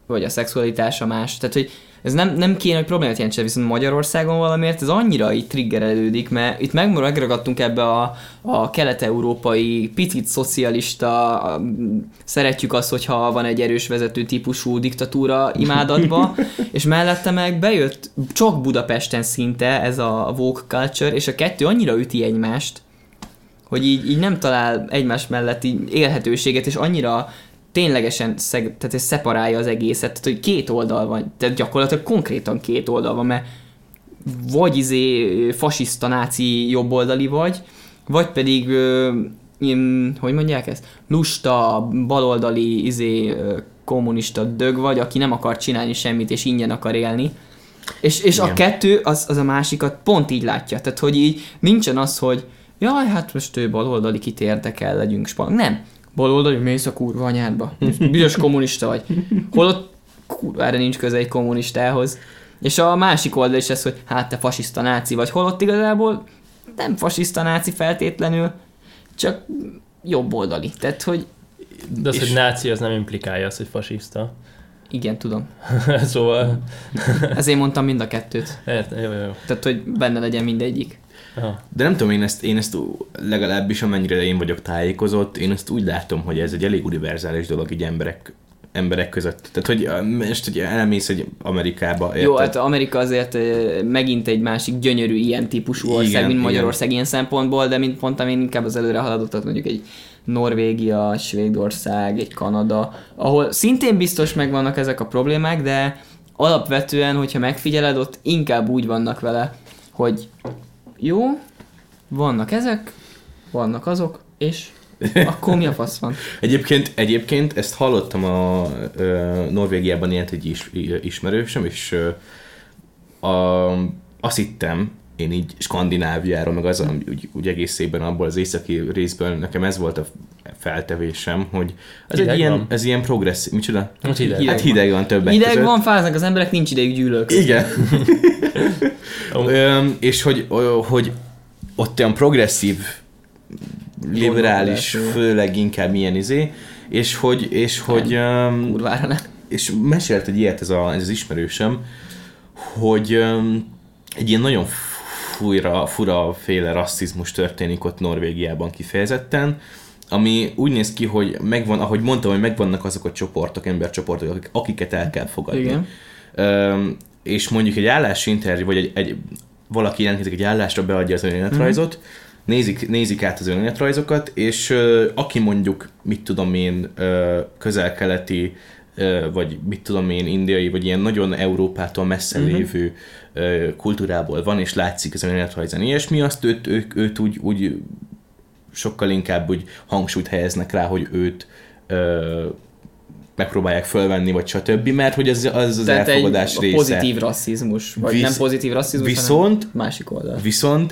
vagy a szexualitása más. Tehát, hogy ez nem, nem kéne, hogy problémát jelentsen, viszont Magyarországon valamiért ez annyira így triggerelődik, mert itt meg, megragadtunk ebbe a, a kelet-európai, picit szocialista, a, szeretjük azt, hogyha van egy erős vezető típusú diktatúra imádatba, és mellette meg bejött csak Budapesten szinte ez a woke culture, és a kettő annyira üti egymást, hogy így, így nem talál egymás melletti élhetőséget, és annyira ténylegesen szeg, tehát ez szeparálja az egészet, tehát hogy két oldal van, tehát gyakorlatilag konkrétan két oldal van, mert vagy izé fasiszta, náci jobboldali vagy, vagy pedig, ö, in, hogy mondják ezt, lusta, baloldali izé ö, kommunista dög vagy, aki nem akar csinálni semmit, és ingyen akar élni. És, és a kettő, az, az a másikat pont így látja, tehát hogy így nincsen az, hogy jaj, hát most ő baloldali, kit érdekel, legyünk spanok. Nem. Baloldali, mész a kurva anyádba. Bizonyos kommunista vagy. Holott kurvára nincs köze egy kommunistához. És a másik oldal is ez, hogy hát te fasiszta náci vagy. Holott igazából nem fasiszta náci feltétlenül, csak jobboldali. Tehát, hogy... De az, és... hogy náci, az nem implikálja azt, hogy fasiszta. Igen, tudom. Szóval... Ezért mondtam mind a kettőt. Értem, jó, jó, jó. Tehát, hogy benne legyen mindegyik. Aha. De nem tudom, én ezt, én ezt legalábbis amennyire én vagyok tájékozott, én ezt úgy látom, hogy ez egy elég univerzális dolog így emberek, emberek között. Tehát, hogy most, hogy elmész egy Amerikába, érted? Jó, hát Amerika azért megint egy másik gyönyörű ilyen típusú ország, igen, mint Magyarország igen. Ilyen szempontból, de mint mondtam, én inkább az előre haladottat, mondjuk egy Norvégia, Svédország, egy Kanada, ahol szintén biztos megvannak ezek a problémák, de alapvetően, hogyha megfigyeled, ott inkább úgy vannak vele, hogy jó, vannak ezek, vannak azok, és akkor mi a fasz van? Egyébként, egyébként ezt hallottam a, a Norvégiában ilyet egy is, ismerősöm, és a, azt hittem, én így Skandináviáról, meg az, úgy, úgy egészében abból az északi részből nekem ez volt a feltevésem, hogy ez egy ilyen, ez ilyen progresszív, micsoda? Hideg, hideg hát hideg van többek hideg között. van, fáznak az emberek, nincs idejük gyűlölködni. Igen. Öm, és hogy, hogy ott olyan progresszív, liberális, főleg inkább milyen izé, és hogy, és nem, hogy um, kurvára nem. És mesélt egy ilyet ez, a, ez az ismerősöm, hogy um, egy ilyen nagyon fura, fura féle rasszizmus történik ott Norvégiában kifejezetten, ami úgy néz ki, hogy megvan, ahogy mondtam, hogy megvannak azok a csoportok, embercsoportok, akik, akiket el kell fogadni. Igen. Um, és mondjuk egy állásinterjú, vagy egy, egy, valaki jelentkezik egy állásra, beadja az önéletrajzot, mm-hmm. nézik, nézik át az önéletrajzokat, és uh, aki mondjuk, mit tudom én, uh, közel-keleti, uh, vagy mit tudom én, indiai, vagy ilyen nagyon Európától messze mm-hmm. lévő uh, kultúrából van, és látszik az önéletrajzon ilyesmi, azt őt, őt, őt úgy, úgy sokkal inkább úgy hangsúlyt helyeznek rá, hogy őt uh, megpróbálják fölvenni, vagy stb., mert hogy az az, az elfogadás egy része. Pozitív rasszizmus, vagy Visz, nem pozitív rasszizmus, viszont, hanem másik oldal. Viszont,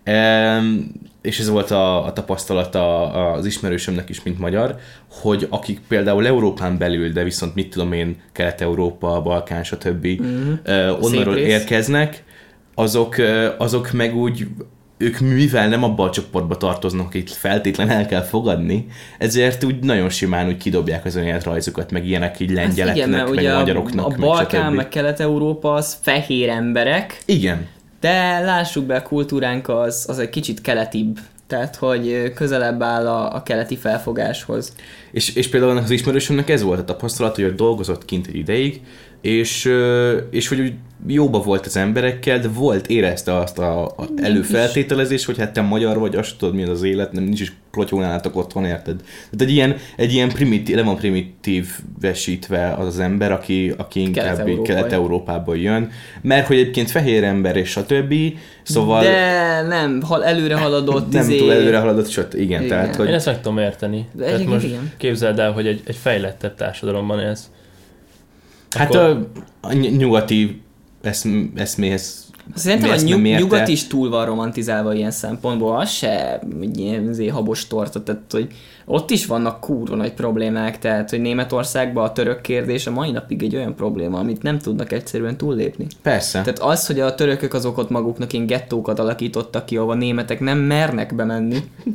um, és ez volt a, a tapasztalata az ismerősömnek is, mint magyar, hogy akik például Európán belül, de viszont mit tudom én, Kelet-Európa, Balkán, stb. Mm-hmm. Uh, onnanról érkeznek, azok, uh, azok meg úgy ők mivel nem abban a csoportba tartoznak, akit feltétlenül el kell fogadni, ezért úgy nagyon simán úgy kidobják az önéletrajzokat, meg ilyenek így lengyeleknek, hát igen, meg magyaroknak. A, a Balkán, meg, meg Kelet-Európa az fehér emberek. Igen. De lássuk be, a kultúránk az, az egy kicsit keletibb. Tehát, hogy közelebb áll a, a keleti felfogáshoz. És, és például az ismerősömnek ez volt a tapasztalat, hogy dolgozott kint egy ideig, és, és hogy úgy jóba volt az emberekkel, de volt, érezte azt a, a előfeltételezés, hogy hát te magyar vagy, azt tudod, mi az az élet, nem nincs is klotyónálatok otthon, érted? Tehát egy ilyen, egy ilyen primitív, le van primitívesítve az az ember, aki, aki inkább Kelet-Európából jön, mert hogy egyébként fehér ember és a többi, szóval... De nem, hal előre haladott. Nem izé... túl előre haladott, sőt, igen, igen. Tehát, hogy... Én ezt meg tudom érteni. De tehát most igen. Képzeld el, hogy egy, egy fejlettebb társadalomban élsz. Hát Akkor... a, a nyugati eszm, eszméhez Szerintem a nyug, nyugat is túl van romantizálva ilyen szempontból, az se ilyen habos torta, tehát hogy ott is vannak kurva nagy problémák, tehát hogy Németországban a török kérdés a mai napig egy olyan probléma, amit nem tudnak egyszerűen túllépni. Persze. Tehát az, hogy a törökök azok ott maguknak ilyen gettókat alakítottak ki, ahol a németek nem mernek bemenni,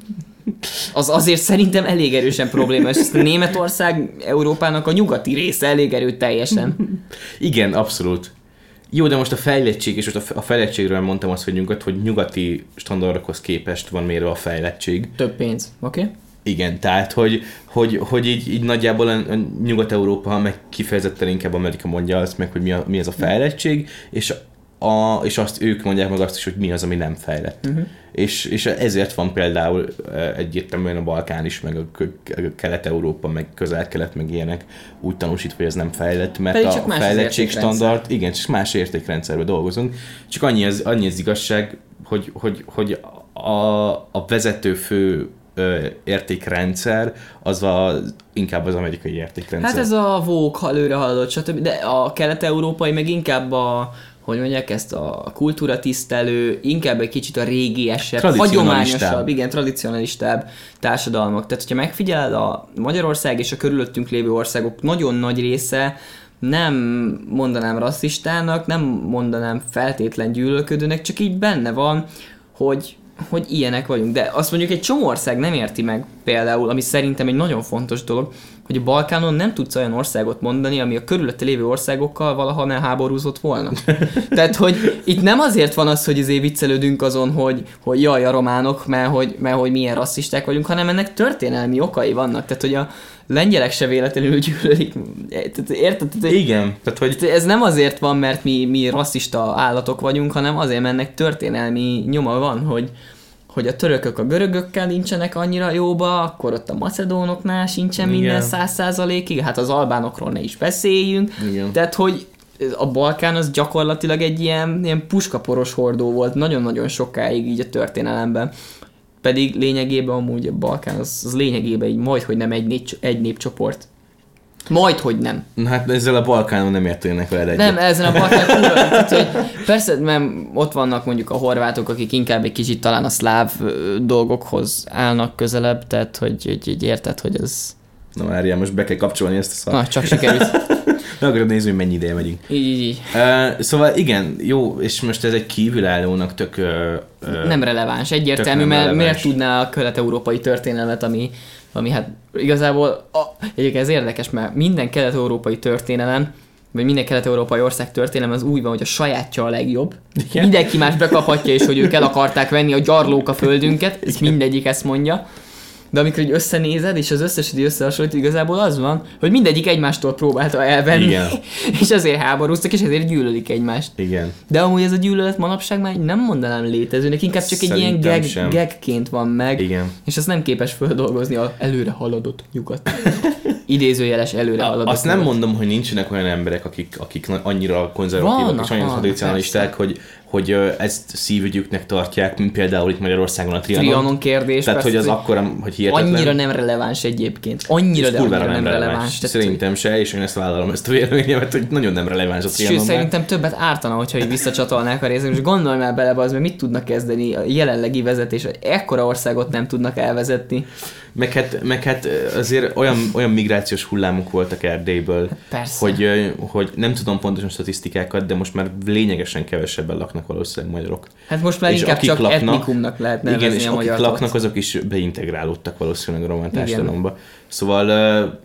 Az azért szerintem elég erősen problémás. Ezt a Németország Európának a nyugati része elég erőteljesen. Igen, abszolút. Jó, de most a fejlettség, és most a fejlettségről mondtam azt, hogy nyugat, hogy nyugati standardokhoz képest van mérve a fejlettség. Több pénz, oké? Okay? Igen, tehát, hogy, hogy, hogy így, így nagyjából a Nyugat-Európa, meg kifejezetten inkább Amerika mondja azt meg, hogy mi, a, mi ez a fejlettség, és, a, és azt ők mondják meg azt is, hogy mi az, ami nem fejlett. Uh-huh. És, és ezért van például egyértelműen a Balkán is, meg a Kelet-Európa, meg Közel-Kelet, meg ilyenek úgy tanúsítva, hogy ez nem fejlett, mert a fejlettség standard, igen, csak más értékrendszerben dolgozunk. Csak annyi az, annyi az igazság, hogy, hogy, hogy a, a vezető fő értékrendszer, az a, inkább az amerikai értékrendszer. Hát ez a vók előre haladott, stb. De a kelet-európai meg inkább a, hogy mondják ezt, a kultúra tisztelő, inkább egy kicsit a régiesebb, hagyományosabb, igen, tradicionalistább társadalmak. Tehát, hogyha megfigyeled, a Magyarország és a körülöttünk lévő országok nagyon nagy része nem mondanám rasszistának, nem mondanám feltétlen gyűlölködőnek, csak így benne van, hogy hogy ilyenek vagyunk. De azt mondjuk egy csomó ország nem érti meg például, ami szerintem egy nagyon fontos dolog, hogy a Balkánon nem tudsz olyan országot mondani, ami a körülötte lévő országokkal valaha nem háborúzott volna. Tehát, hogy itt nem azért van az, hogy azért viccelődünk azon, hogy, hogy jaj, a románok, mert hogy, mert hogy milyen rasszisták vagyunk, hanem ennek történelmi okai vannak. Tehát, hogy a lengyelek se véletlenül gyűlölik. Érted? Igen. Tehát, hogy... Ez nem azért van, mert mi, mi rasszista állatok vagyunk, hanem azért, mert ennek történelmi nyoma van, hogy hogy a törökök a görögökkel nincsenek annyira jóba, akkor ott a macedónoknál sincsen igen. minden száz százalékig, hát az albánokról ne is beszéljünk. Igen. Tehát, hogy a Balkán az gyakorlatilag egy ilyen, ilyen puskaporos hordó volt nagyon-nagyon sokáig így a történelemben. Pedig lényegében amúgy a Balkán az, az lényegében így majd, hogy nem egy, nép, egy népcsoport. Majd, hogy nem. Hát ezzel a Balkánon nem értenek veled egyet. Nem, ezen a Balkánon tehát, hogy persze, mert ott vannak mondjuk a horvátok, akik inkább egy kicsit talán a szláv dolgokhoz állnak közelebb, tehát hogy, hogy, hogy érted, hogy ez... Na várjál, most be kell kapcsolni ezt a szart. Na, csak sikerült. Meg akarod nézni, hogy mennyi ideje megyünk. Így, így, így. Uh, szóval igen, jó, és most ez egy kívülállónak tök... Uh, nem releváns, egyértelmű, mert releváns. Miért tudná a kelet-európai történelmet, ami, ami hát igazából, a, egyébként ez érdekes, mert minden kelet-európai történelem, vagy minden kelet-európai ország történelem az úgy van, hogy a sajátja a legjobb. Igen. Mindenki más bekaphatja, és hogy ők el akarták venni a gyarlók a földünket, ez mindegyik ezt mondja. De amikor így összenézed, és az összeset összehasonlít, igazából az van, hogy mindegyik egymástól próbálta elvenni. Igen. És azért háborúztak, és ezért gyűlölik egymást. Igen. De amúgy ez a gyűlölet manapság már nem mondanám létezőnek, inkább csak szerintem egy ilyen gag, gagként van meg. Igen. És azt nem képes földolgozni a előre haladott nyugat. Idézőjeles előre haladott. Azt nem mondom, hogy nincsenek olyan emberek, akik, akik annyira konzervatívak és annyira tradicionalisták, hogy hogy ezt szívügyüknek tartják, mint például itt Magyarországon a Trianon. Trianon kérdés. Tehát, persze, hogy az akkora, hogy hihetetlen. Annyira nem releváns egyébként. Annyira, de annyira nem, nem releváns. releváns. Szerintem hogy... se, és én ezt vállalom, ezt a véleményemet, hogy nagyon nem releváns a Trianon. Sőt, szerintem többet ártana, hogyha így visszacsatolnák a részeket. És gondolj már bele, az, mert mit tudnak kezdeni a jelenlegi vezetés, hogy ekkora országot nem tudnak elvezetni. Meg hát, meg hát azért olyan, olyan migrációs hullámok voltak Erdélyből, hogy, hogy nem tudom pontosan statisztikákat, de most már lényegesen kevesebben laknak valószínűleg magyarok. Hát most már és inkább csak laknak, etnikumnak lehet nevezni igen, és a akik magyar laknak, azok is beintegrálódtak valószínűleg a román társadalomba. Szóval uh,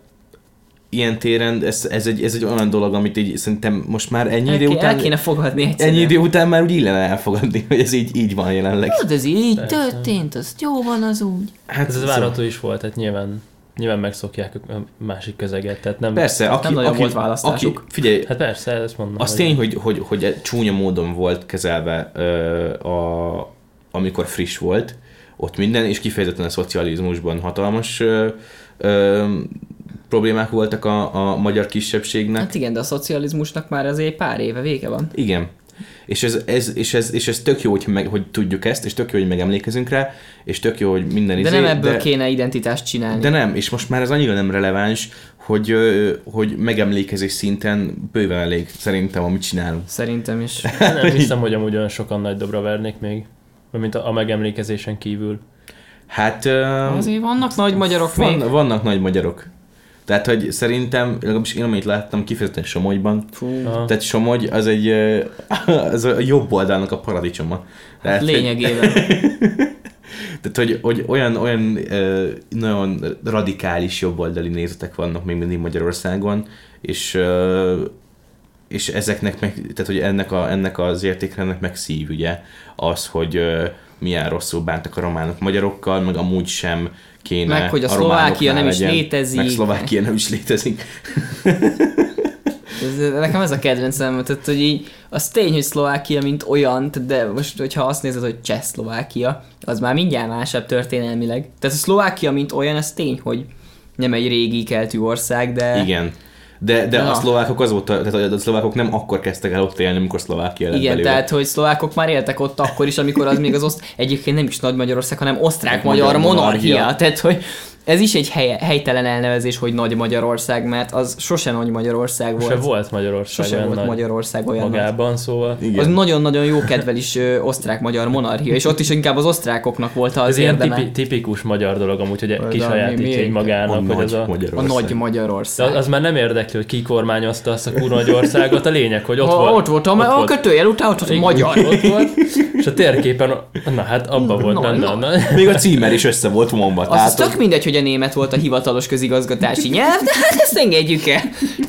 ilyen téren ez, ez, egy, ez egy olyan dolog, amit így szerintem most már ennyi el idő ké, után... El kéne fogadni egyszerűen. Ennyi idő után már úgy illene elfogadni, hogy ez így, így van jelenleg. Hát ez így persze. Történt, az jó van az úgy. Hát ez, ez várható is volt, tehát nyilván, nyilván megszokják a másik közeget, tehát nem... Persze, aki, nem nagyon aki, volt választásuk. Aki, figyelj, hát persze, ezt mondom. Az tény, hogy, hogy, hogy csúnya módon volt kezelve uh, a, amikor friss volt, ott minden, és kifejezetten a szocializmusban hatalmas uh, uh, problémák voltak a, a magyar kisebbségnek. Hát igen, de a szocializmusnak már azért pár éve vége van. Igen. És ez, ez, és ez, és ez tök jó, hogy, meg, hogy tudjuk ezt, és tök jó, hogy megemlékezünk rá, és tök jó, hogy minden izé... De nem ebből de, kéne identitást csinálni. De nem, és most már ez annyira nem releváns, hogy, hogy megemlékezés szinten bőven elég szerintem, amit csinálunk. Szerintem is. Nem hiszem, hogy amúgy olyan sokan nagy dobra vernék még, mint a, a megemlékezésen kívül. Hát... Uh, Azért vannak nagy magyarok van, még. Vannak nagy magyarok. Tehát, hogy szerintem, legalábbis én, amit láttam, kifejezetten Somogyban, Fú. tehát Somogy az egy az a jobb oldalnak a paradicsoma. Hát lényegében. Tehát, hogy, hogy olyan, olyan ö, nagyon radikális jobboldali nézetek vannak még mindig Magyarországon, és, ö, és ezeknek meg, tehát, hogy ennek, a, ennek az értékrendnek meg szív, ugye, az, hogy ö, milyen rosszul bántak a románok magyarokkal, meg amúgy sem kéne meg, hogy a, a Szlovákia nem is legyen, létezik. Meg Szlovákia nem is létezik. Ez, nekem ez a kedvencem, tehát hogy így, az tény, hogy Szlovákia mint olyan, de most, hogyha azt nézed, hogy Csehszlovákia, az már mindjárt másabb történelmileg. Tehát a Szlovákia mint olyan, az tény, hogy nem egy régi keltű ország, de... Igen. De, de Na. a szlovákok azóta, tehát a szlovákok nem akkor kezdtek el ott élni, amikor Szlovákia lett Igen, belőle. tehát hogy szlovákok már éltek ott akkor is, amikor az még az oszt... egyébként nem is Nagy Magyarország, hanem osztrák-magyar Magyar monarchia. monarchia. Tehát, hogy ez is egy hely, helytelen elnevezés, hogy Nagy Magyarország, mert az sose Nagy Magyarország volt. Se volt Magyarország Sose olyan volt nagy Magyarország olyan nagy. magában, szóval... Igen. Az nagyon-nagyon jó kedvel is ö, osztrák-magyar monarchia, és ott is inkább az osztrákoknak volt az Ez ilyen érdeme. tipi, tipikus magyar dolog amúgy, hogy De mi- kisajátítja mi- egy magának, a hogy nagy ez a... A Magyarország. Nagy Magyarország. De az már nem érdekli, hogy ki kormányozta azt a kurva nagy országot, a lényeg, hogy ott Ha, volt. ott volt, a, ott a volt. kötőjel után ott volt a Igen, magyar. Ott volt, és a térképen, na hát abban volt Na, benne. na. Na. Még a címer is össze volt vonva. Az, tehát az tök mindegy, hogy a német volt a hivatalos közigazgatási nyelv, de hát ezt engedjük el.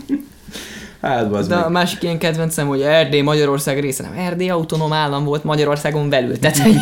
Hát, az De a másik ilyen kedvencem, hogy Erdély Magyarország része, nem, Erdély autonóm állam volt Magyarországon belül, tehát hogy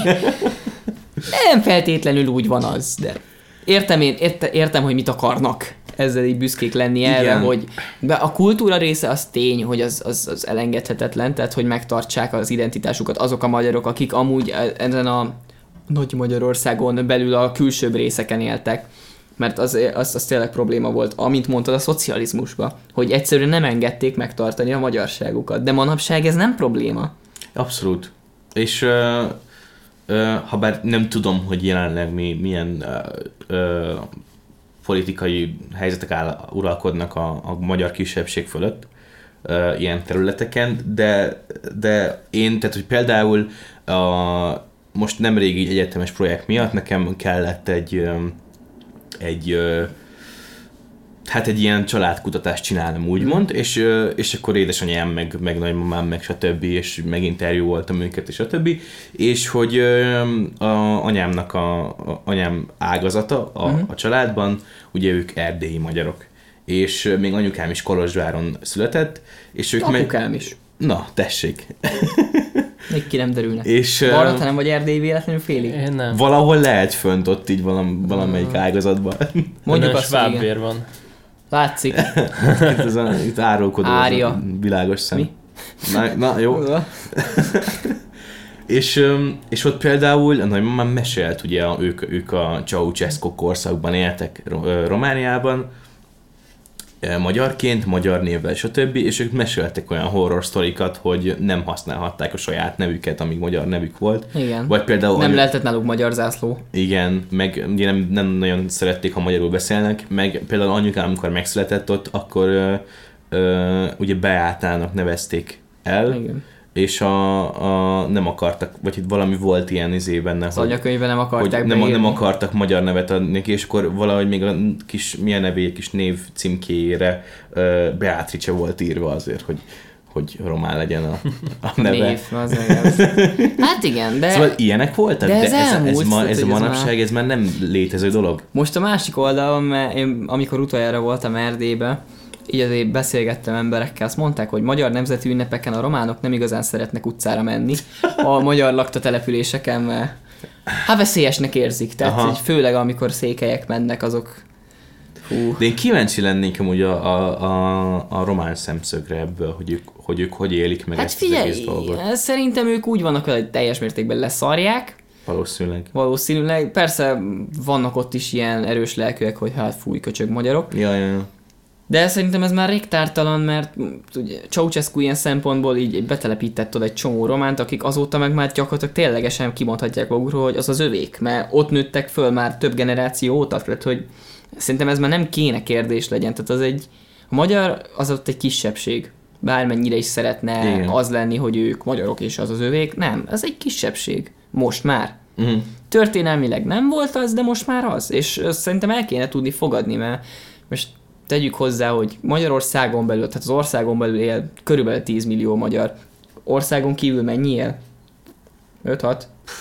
nem feltétlenül úgy van az, de értem én, érte, értem, hogy mit akarnak ezzel így büszkék lenni erre, Igen. hogy de a kultúra része az tény, hogy az, az, az elengedhetetlen, tehát hogy megtartsák az identitásukat azok a magyarok, akik amúgy ezen a Nagy Magyarországon belül a külsőbb részeken éltek. Mert az, az, az tényleg probléma volt, amint mondtad a szocializmusban, hogy egyszerűen nem engedték megtartani a magyarságukat. De manapság ez nem probléma. Abszolút. És uh, uh, ha bár nem tudom, hogy jelenleg mi, milyen uh, uh, politikai helyzetek áll, uralkodnak a, a magyar kisebbség fölött uh, ilyen területeken, de, de én, tehát hogy például a, most nemrég így egyetemes projekt miatt nekem kellett egy um, egy ö, hát egy ilyen családkutatást csinálnom, úgymond, mm. és, ö, és akkor édesanyám, meg, meg nagymamám, meg stb., és meg interjú voltam őket, és stb., és hogy ö, a anyámnak a, a anyám ágazata a, mm. a családban, ugye ők erdélyi magyarok, és ö, még anyukám is Kolozsváron született, és ők Apukám meg... is. Na, tessék. Még ki nem derülnek. És, ö, Arra, te nem vagy Erdély véletlenül félig? Én nem. valahol lehet fönt ott így valam, valamelyik ágazatban. Mondjuk Önön azt, hogy igen. svábbér van. Látszik. Itt, ez a, itt árulkodó, Ária. az a világos szem. Mi? Na, na jó. és, öm, és ott például a nagymamám mesélt, ugye a, ők, ők a Ceausescu korszakban éltek Ro- Romániában, magyarként, magyar névvel, stb. És ők meséltek olyan horror sztorikat, hogy nem használhatták a saját nevüket, amíg magyar nevük volt. Igen. Vagy például... Nem anyu- lehetett náluk magyar zászló. Igen, meg ugye nem, nem nagyon szerették, ha magyarul beszélnek, meg például anyukám, amikor megszületett ott, akkor ö, ö, ugye Beátának nevezték el, Igen. és a, a, nem akartak, vagy itt valami volt ilyen izé benne, Az hogy, anyakönyvben nem akarták hogy nem, beírni. nem akartak magyar nevet adni neki, és akkor valahogy még a kis, milyen nevé, kis név címkéjére ö, Beatrice volt írva azért, hogy hogy román legyen a, a neve. Név, az meg az. Hát igen, de... Szóval ilyenek voltak, de de, ez de ez, elmúlt, ez, ma, tehát, ez a hogy ez manapság, már- ez már nem létező dolog. Most a másik oldalon, mert én amikor utoljára voltam Erdélybe, így azért beszélgettem emberekkel, azt mondták, hogy magyar nemzeti ünnepeken a románok nem igazán szeretnek utcára menni, a magyar lakta településeken, mert hát veszélyesnek érzik, tehát Aha. így főleg amikor székelyek mennek, azok hú. De én kíváncsi lennék amúgy a, a, a, a román szemszögre ebből, hogy ők hogy, ők hogy élik meg Hát ezt az egész figyelj, dolgot. szerintem ők úgy vannak vele, hogy teljes mértékben leszarják, Valószínűleg. valószínűleg. Persze vannak ott is ilyen erős lelkűek, hogy hát fúj, köcsög magyarok. Ja, ja, ja. De szerintem ez már rég tártalan, mert ugye Ceausescu ilyen szempontból így betelepített oda egy csomó románt, akik azóta meg már gyakorlatilag ténylegesen kimondhatják magukról, hogy az az övék, mert ott nőttek föl már több generáció óta, tehát hogy szerintem ez már nem kéne kérdés legyen, tehát az egy, a magyar az ott egy kisebbség, bármennyire is szeretne Igen. az lenni, hogy ők magyarok és az az övék, nem, ez egy kisebbség, most már. Uh-huh. Történelmileg nem volt az, de most már az, és azt szerintem el kéne tudni fogadni, mert most tegyük hozzá, hogy Magyarországon belül, tehát az országon belül él körülbelül tíz millió magyar. Országon kívül mennyi él? öt-hat?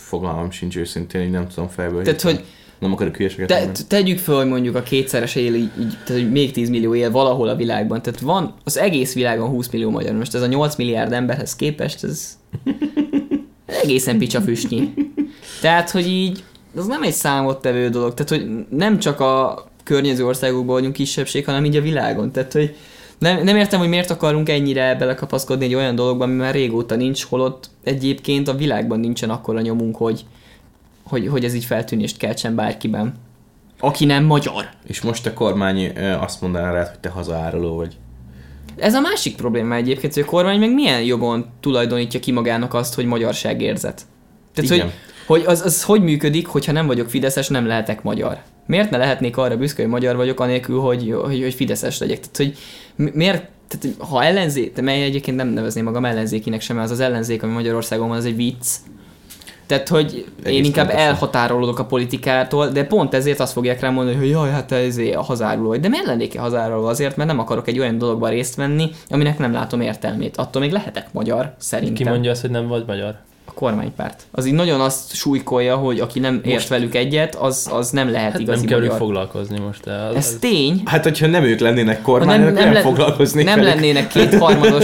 fogalmam sincs őszintén, így nem tudom fejből. Tehát, hogy nem akarok hülyeséget te, mondani. tegyük föl, hogy mondjuk a kétszeres él, így, így, tehát hogy még tíz millió él valahol a világban. Tehát van az egész világon húsz millió magyar. Most ez a nyolc milliárd emberhez képest, ez egészen picsafüstnyi. Tehát, hogy így, ez nem egy számottevő dolog. Tehát, hogy nem csak a környező országokban vagyunk kisebbség, hanem így a világon. Tehát, hogy nem, nem értem, hogy miért akarunk ennyire belekapaszkodni egy olyan dologban, ami már régóta nincs, holott egyébként a világban nincsen akkora nyomunk, hogy, hogy, hogy ez így feltűnést keltsen bárkiben, aki nem magyar. És most a kormány azt mondaná rád, hogy te hazaáruló vagy. Ez a másik probléma egyébként, hogy a kormány meg milyen jogon tulajdonítja ki magának azt, hogy magyarságérzet. Tehát, Igen. hogy, hogy az, az hogy működik, hogyha nem vagyok fideszes, nem lehetek magyar. Miért ne lehetnék arra büszke, hogy magyar vagyok, anélkül, hogy, hogy, hogy fideszes legyek? Tehát, hogy miért, tehát, ha ellenzék, mely egyébként nem nevezném magam ellenzékinek sem, mert az az ellenzék, ami Magyarországon van, az egy vicc. Tehát, hogy Egész én inkább pontosan. elhatárolódok a politikától, de pont ezért azt fogják rám mondani, hogy jaj, hát ez a hazáruló. De miért lennék a hazáruló? Azért, mert nem akarok egy olyan dologban részt venni, aminek nem látom értelmét. Attól még lehetek magyar, szerintem. Ki mondja azt, hogy nem vagy magyar? A kormánypárt. Az így nagyon azt súlykolja, hogy aki nem ért Most- velük egyet, az, az nem lehet Hát igazi nem kell velük magyar. foglalkozni most. El. Ez tény. Hát, hogyha nem ők lennének kormány, Ha nem, nem, nem le- foglalkoznék nem velük. lennének kétharmados.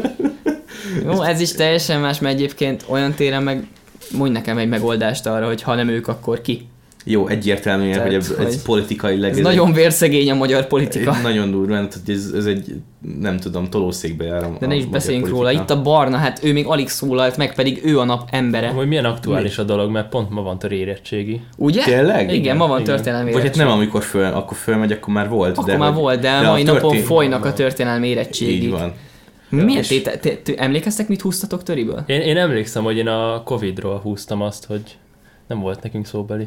Jó, ez is teljesen más, mert egyébként olyan téren meg mondj nekem egy megoldást arra, hogy ha nem ők, akkor ki. Jó, egyértelműen, Tehát, hogy ez, ez hogy- politikailag... Ez nagyon vérszegény a magyar politika. Nagyon durván, hogy ez, ez egy, nem tudom, tolószékbe jár a De ne a is magyar beszéljünk róla. politika. Itt a Barna, hát ő még alig szólalt meg, pedig ő a nap embere. Hogy milyen aktuális a dolog, mert pont ma van a érettségi. Ugye? Tényleg? Igen, Igen, ma van igen. történelmi Vagy hát érettség. nem amikor föl, akkor fölmegy, akkor már volt. Akkor de már hogy- volt, de, de a mai napon történ- folynak a történelmi érettségig. Így van. Milyen És- téte, te, te, emlékeztek, mit húztatok töriből? Én, én emlékszem, hogy én a Covidról húztam azt, hogy nem volt nekünk szóbeli.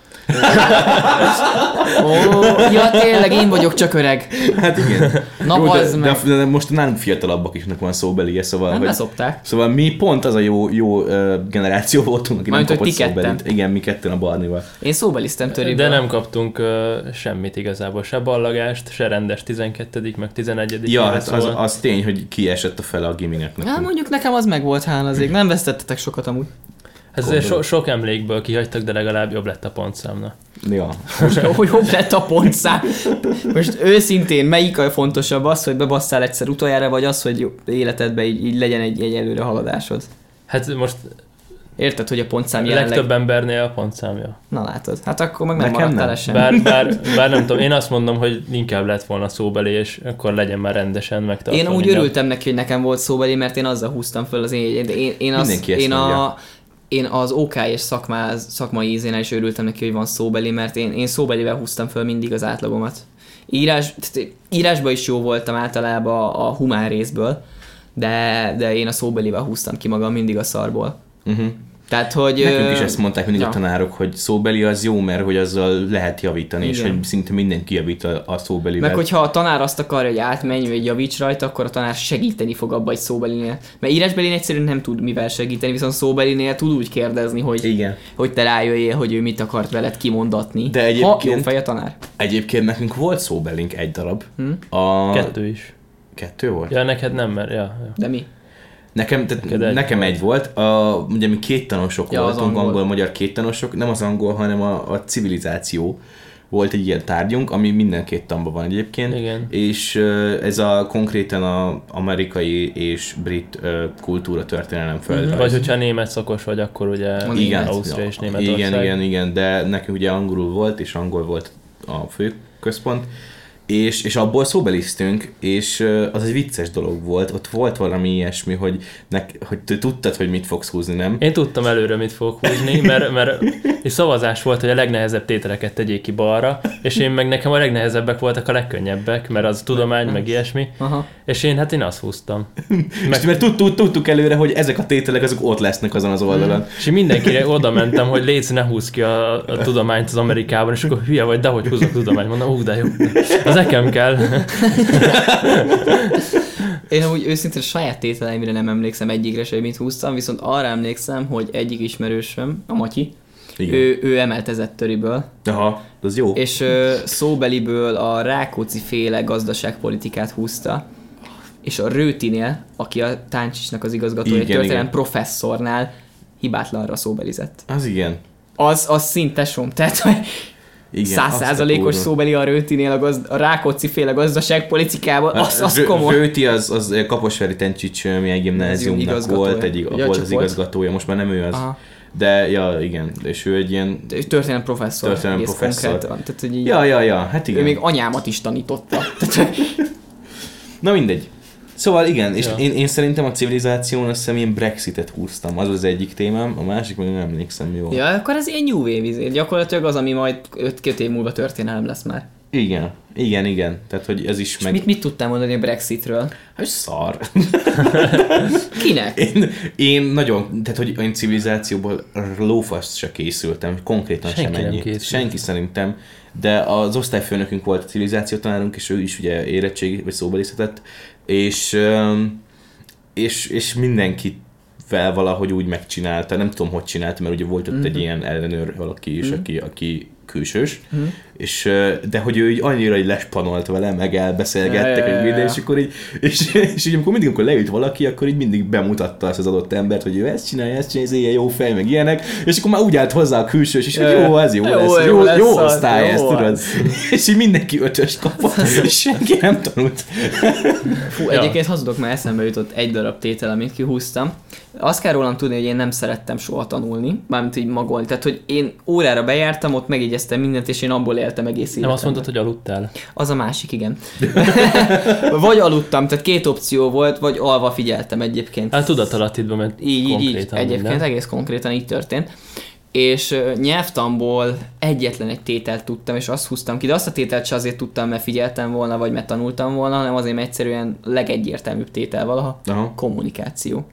Ó, ja tényleg, én vagyok csak öreg. Hát igen. Na Jó, bazd de, meg. de, de, most nálunk fiatalabbak isnek van szóbelie, szóval... Nem hogy, beszopták. szóval mi pont az a jó, jó uh, generáció voltunk, aki Mármint, nem hogy kapott ti ketten. szóbelit. Igen, mi ketten a Barnival. Én szóbeliztem töriből. De nem kaptunk uh, semmit igazából, se ballagást, se rendes tizenkettedik, meg tizenegyedik Ja, évre, hát az, szóval- az tény, hogy kiesett a fele a giminek Hát nekünk. mondjuk nekem az meg volt hálazék. Nem vesztettetek sokat amúgy. Ez azért so, sok emlékből kihagytak, de legalább jobb lett a pontszámna. Ja. Hogy jobb lett a pontszám. Most őszintén, melyik a fontosabb, az, hogy bebasszál egyszer utoljára, vagy az, hogy jó, életedben így, így legyen egy, egy előre haladásod? Hát most Érted, hogy a pontszám a jelenleg... legtöbb embernél a pontszámja. Na látod, hát akkor meg nem Nekem maradtál nem. le sem. Bár, bár, bár nem tudom, én azt mondom, hogy inkább lett volna szóbeli, és akkor legyen már rendesen megtartva. Én úgy minden. örültem neki, hogy nekem volt szóbeli, mert én azzal húztam föl az én... Én, én, az, Mindenki ezt én, a, mondja. én az OK és szakmáz, szakmai ízénel is örültem neki, hogy van szóbeli, mert én, én szóbelivel húztam föl mindig az átlagomat. Írás, tehát írásban is jó voltam általában a humán részből, de, de én a szóbelivel húztam ki magam mindig a szarból. Uh-huh. Tehát, hogy... Nekünk ö, is ezt mondták mindig ja. a tanárok, hogy szóbeli az jó, mert hogy azzal lehet javítani, és Igen. hogy szinte mindenki javít a, a szóbelivel. Meg hogyha a tanár azt akarja, hogy átmenj, vagy javíts rajta, akkor a tanár segíteni fog abba egy szóbelinél. Mert írásbelinél egyszerűen nem tud mivel segíteni, viszont szóbelinél tud úgy kérdezni, hogy, Igen. hogy te rájöjjél, hogy ő mit akart veled kimondatni. De Ha egyébként- jó fej a tanár. Egyébként nekünk volt szóbelink egy darab. Hm? A... Kettő is. Kettő volt? Ja, neked nem, mert... Ja, ja. De mi? Nekem, tehát Neked egy nekem volt. egy volt. A, ugye mi két tanosok Ja, az voltunk, angol. angol-magyar két tanosok. Nem az angol, hanem a, a civilizáció volt egy ilyen tárgyunk, ami minden két tanban van egyébként. Igen. És ö, ez a konkrétan a amerikai és brit ö, kultúra történelem földrajz. Vagy hogyha német szakos vagy, akkor ugye Van Igen, Ausztria és Németország. igen, igen, igen, de nekünk ugye angolul volt, és angol volt a fő központ, és, és abból szóbeliztünk, és ö, az egy vicces dolog volt, ott volt valami ilyesmi, hogy, nek, hogy te tudtad, hogy mit fogsz húzni, nem? Én tudtam előre, mit fogok húzni, mert, mert egy szavazás volt, hogy a legnehezebb tételeket tegyék ki balra, és én meg nekem a legnehezebbek voltak a legkönnyebbek, mert az tudomány, meg ilyesmi, Aha. és én hát én azt húztam. Meg... Mert tud, tud, tudtuk előre, hogy ezek a tételek azok ott lesznek azon az oldalon. És én mindenkire oda mentem, hogy légy, ne húzz ki a, a tudományt az Amerikában, és akkor hülye vagy, de hogy húzok tudományt, mondom, ú, de jó, az nekem kell. Én úgy őszintén a saját tételeimre nem emlékszem egyikre se, hogy mit húztam, viszont arra emlékszem, hogy egyik ismerősöm, a Matyi, Igen. ő, ő emeltezett töriből, Aha, az jó. és ö, szóbeliből a Rákóczi féle gazdaságpolitikát húzta, és a Rőtinél, aki a Táncsisnak az igazgatója, Igen, történelem igen. professzornál hibátlanra szóbelizett. Az igen. Az, az szinte som. Tehát, hogy száz százalékos szóbeli a Rőtinél, a, gazd- a Rákóczi féle gazdaságpolitikában, az, az Rö- komoly. Rőti az, az Kaposvári Tencsics milyen gimnáziumnak volt, egy, ja, volt az volt. igazgatója, most már nem ő az. Aha. De, ja, igen, és ő egy ilyen... Történelem professzor. Történelem professzor. Tehát, hogy így, Ja, ja, ja, hát igen. ő még anyámat is tanította. Tehát, Na mindegy. Szóval igen, és Ja. én, én szerintem a civilizáción azt hiszem én Brexitet húztam, az az egyik témám, a másik meg nem emlékszem jól. ja, akkor ez ilyen New Wave izé. Gyakorlatilag az, ami majd öt-két év múlva történelem lesz már. Igen, igen, igen. Tehát, hogy ez is És meg... mit, mit tudtál mondani a Brexitről? Hát szar. Kinek? Én, én nagyon, tehát hogy én civilizációból lófaszt se készültem, konkrétan Senki sem nem ennyi. készült. Senki szerintem, de az osztályfőnökünk volt a civilizáció tanárunk, és ő is ugye érettségi vagy szóbelizhetett, és, öm, és, és mindenkivel valahogy úgy megcsinálta, nem tudom, hogy csinálta, mert ugye volt ott mm-hmm. egy ilyen ellenőr valaki is, mm-hmm. aki, aki külsős, mm-hmm. és, de hogy ő így annyira így lespanolt vele, meg elbeszélgettek, ja, ja, ja, ja. és akkor így, és, és így amikor mindig, amikor leült valaki, akkor így mindig bemutatta azt az adott embert, hogy ő ezt csinálja, ezt csinálja, ez ilyen jó fej, meg ilyenek, és akkor már úgy állt hozzá a külsős is, hogy jó, ez jó, jó lesz, jó, jó, jó osztály ez, tudod. És így mindenki ötös kapott, és senki nem tanult. Fú, Ja. egyébként hazudok, már eszembe jutott egy darab tétel, amit kihúztam. Azt kell rólam tudni, hogy én nem szerettem soha tanulni, mármint így magolni. Tehát, hogy én órára bejártam, ott megjegyeztem mindent, és én abból éltem egész életemben. Nem azt mondtad, hogy aludtál? Az a másik, igen. Vagy aludtam, tehát két opció volt, vagy alva figyeltem egyébként. Hát tudatalattidban, mert Így, így, így. konkrétan Egyébként minden. egész konkrétan így történt. És uh, nyelvtanból egyetlen egy tételt tudtam, és azt húztam ki, de azt a tételt se azért tudtam, mert figyeltem volna, vagy mert tanultam volna, hanem azért, mert egyszerűen legegyértelműbb tétel valaha. Aha. Kommunikáció.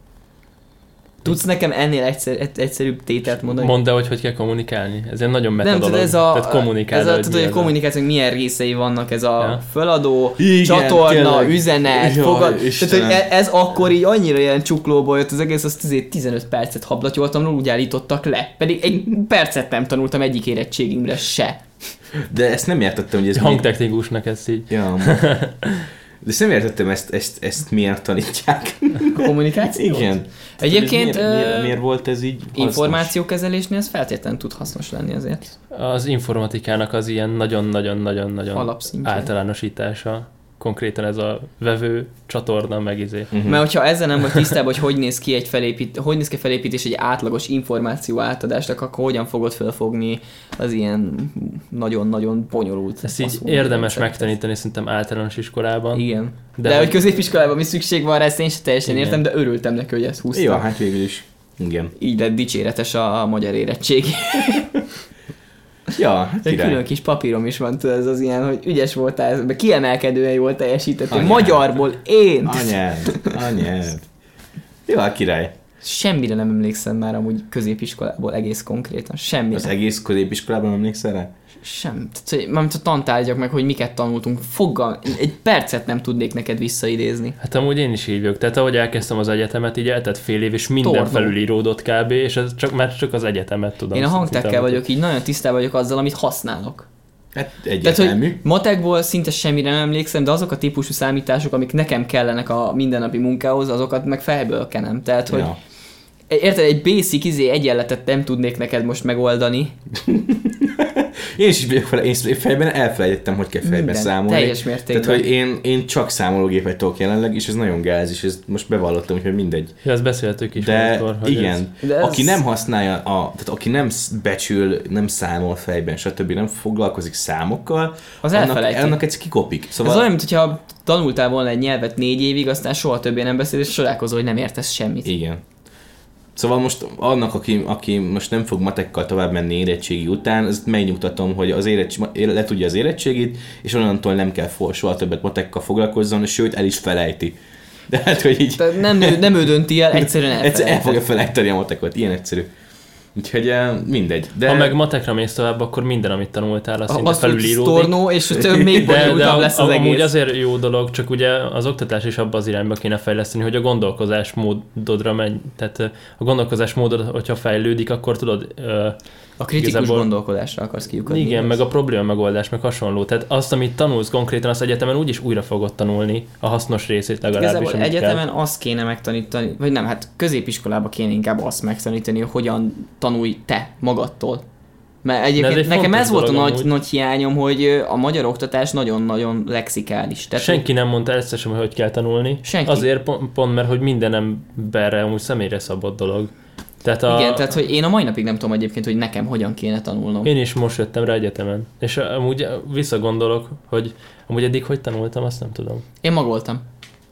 Tudsz nekem ennél egyszer, egyszerűbb tételt mondani? Mondd el, hogy hogy kell kommunikálni. Ez egy nagyon meta Nem, dolog. tudod, ez a, Tehát kommunikálni. ez a, tudod, hogy a kommunikációnak milyen részei vannak, ez a Ja. föladó, Igen, csatorna, tényleg. üzenet, Jaj, fogad. Istenem. Tehát, hogy e- ez akkor így annyira ilyen csuklóból jött az egész, azt azért tizenöt percet hablatyoltam, úgy állítottak le. Pedig egy percet nem tanultam egyik érettségimre se. De ezt nem értettem, hogy ez mi... Hangtechnikusnak ezt így. Ja, de ezt nem értettem, ezt, ezt, ezt miért tanítják. A kommunikáció? Igen. Egyébként miért, miért, ö, miért volt ez így hasznos? információkezelésnél ez feltétlenül tud hasznos lenni azért. Az informatikának az ilyen nagyon-nagyon-nagyon-nagyon Alapszintjén. általánosítása. Konkrétan ez a vevő, csatorna, meg izé. Uh-huh. Mert hogyha ezzel nem vagy tisztában, hogy hogy néz ki egy felépít, hogy néz ki a felépítés egy átlagos információ átadásnak, akkor hogyan fogod felfogni az ilyen nagyon-nagyon bonyolult. Ezt így faszú érdemes rendszert. megtanítani szerintem általános iskolában. Igen. De, De de hogy- hogy középiskolában mi szükség van rá, ezt én sem teljesen Igen. értem, de örültem neki, hogy ezt húztam. Jó, hát végül is. Igen. Így lett dicséretes a, a magyar érettség. Ja, hát Egy király. külön kis papírom is van, tudod, ez az ilyen, hogy ügyes voltál, mert kiemelkedően jól teljesítettél. Anyád. Magyarból én! Anyád, anyád. Jó, hát király. Semmire nem emlékszem már amúgy középiskolából egész konkrétan. Semmire. Az egész középiskolában emlékszel rá? Sem. Tehát, hogy- mármint a tantárgyak meg, hogy miket tanultunk. Foggal, egy percet nem tudnék neked visszaidézni. Hát amúgy én is így vagyok. Tehát ahogy elkezdtem az egyetemet, így eltett fél év, és minden Tornó. felülíródott kb. És ez csak, már csak az egyetemet tudom. Én a szinte hangtekkel tanulni. vagyok, így nagyon tisztában vagyok azzal, amit használok. Hát Tehát, egyértelmű. hogy matekból szinte semmire nem emlékszem, de azok a típusú számítások, amik nekem kellenek a mindennapi munkához, azokat meg fejből kenem. Tehát, hogy Ja. érted, egy basic izé egyenletet nem tudnék neked most megoldani. Én is vagyok vele, én fejben elfelejtettem, hogy kell fejben Minden, számolni. teljes mértékben. Tehát, hogy én, én csak számológépet tudok jelenleg, és ez nagyon gáz, és ez most bevallottam, hogy mindegy. Ja, ezt beszéltük is. De valamikor, hogy igen, De ez- aki nem használja, a, tehát aki nem sz- becsül, nem számol fejben, stb. Nem foglalkozik számokkal, Az annak, elfelejti. annak egyszer kikopik. Szóval... Szóval Ez olyan, mintha tanultál volna egy nyelvet négy évig, aztán soha többé nem beszélsz, és csodálkozol, hogy nem értesz semmit. igen. Szóval most annak, aki, aki most nem fog matekkal tovább menni érettségi után, ezt megnyugtatom, hogy az érettség, le tudja az érettségit, és onnantól nem kell for, soha többet matekkal foglalkozzon, sőt el is felejti. De hát, hogy így Tehát nem, ő, nem ő dönti el, egyszerűen egyszer el elfelejti. fogja felejteni a matekot, ilyen egyszerű. Úgyhogy mindegy. De... Ha meg matekra mész tovább, akkor minden, amit tanultál, az szinte felülíródik. Tornó, és több még bonyolultabb lesz az a, egész. Amúgy azért jó dolog, csak ugye az oktatás is abba az irányba kéne fejleszteni, hogy a gondolkozásmódodra megy. Tehát a gondolkozásmódod, hogyha fejlődik, akkor tudod... A kritikus igazából, gondolkodásra akarsz kiukadni. Igen, meg a probléma megoldás, meg hasonló. Tehát azt, amit tanulsz konkrétan, az egyetemen úgyis újra fogod tanulni, a hasznos részét legalábbis. Igazából egyetemen kell. Azt kéne megtanítani, vagy nem, hát középiskolába kéne inkább azt megtanítani, hogy hogyan tanulj te magadtól. Mert egyébként ez nekem ez volt a nagy, nagy hiányom, hogy a magyar oktatás nagyon-nagyon lexikális. Tehát senki nem mondta ezt sem, hogy hogy kell tanulni. Senki. Azért pont, pont mert hogy minden emberre, amúgy személyre szabott dolog. Tehát a... Igen, tehát hogy én a mai napig nem tudom egyébként, hogy nekem hogyan kéne tanulnom. Én is most jöttem rá egyetemen. És amúgy visszagondolok, hogy amúgy eddig hogy tanultam, azt nem tudom. Én magoltam.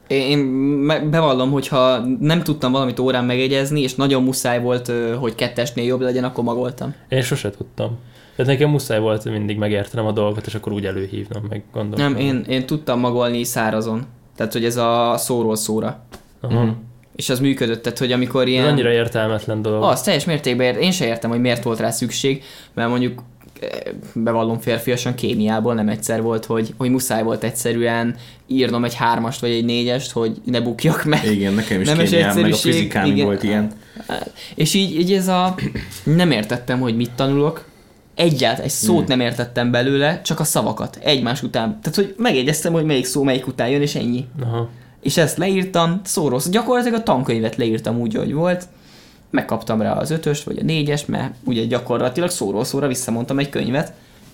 Én bevallom, hogyha nem tudtam valamit órán megjegyezni, és nagyon muszáj volt, hogy kettesnél jobb legyen, akkor magoltam. Én sose tudtam. Tehát nekem muszáj volt mindig megértenem a dolgokat, és akkor úgy előhívnom, meg gondolom. Nem, én, én tudtam magolni szárazon. Tehát, hogy ez a szóról szóra. Aha. Mm. És az működött, tehát, hogy amikor ilyen... Ez annyira értelmetlen dolog. Az, teljes mértékben ért. Én sem értem, hogy miért volt rá szükség, mert mondjuk bevallom férfiasan kémiából nem egyszer volt, hogy, hogy muszáj volt egyszerűen írnom egy hármast vagy egy négyest, hogy ne bukjak meg. Igen, nekem is nem kémiám, meg a fizikám volt ilyen. És így, így ez a... Nem értettem, hogy mit tanulok. Egyáltalán egy szót hmm. nem értettem belőle, csak a szavakat egymás után. Tehát, hogy megjegyeztem, hogy melyik szó melyik után jön, és ennyi. Aha. És ezt leírtam, szóról szó. Gyakorlatilag a tankönyvet leírtam úgy, hogy volt. Megkaptam rá az ötöst, vagy a négyest, mert ugye gyakorlatilag szóról szóra visszamondtam egy könyvet.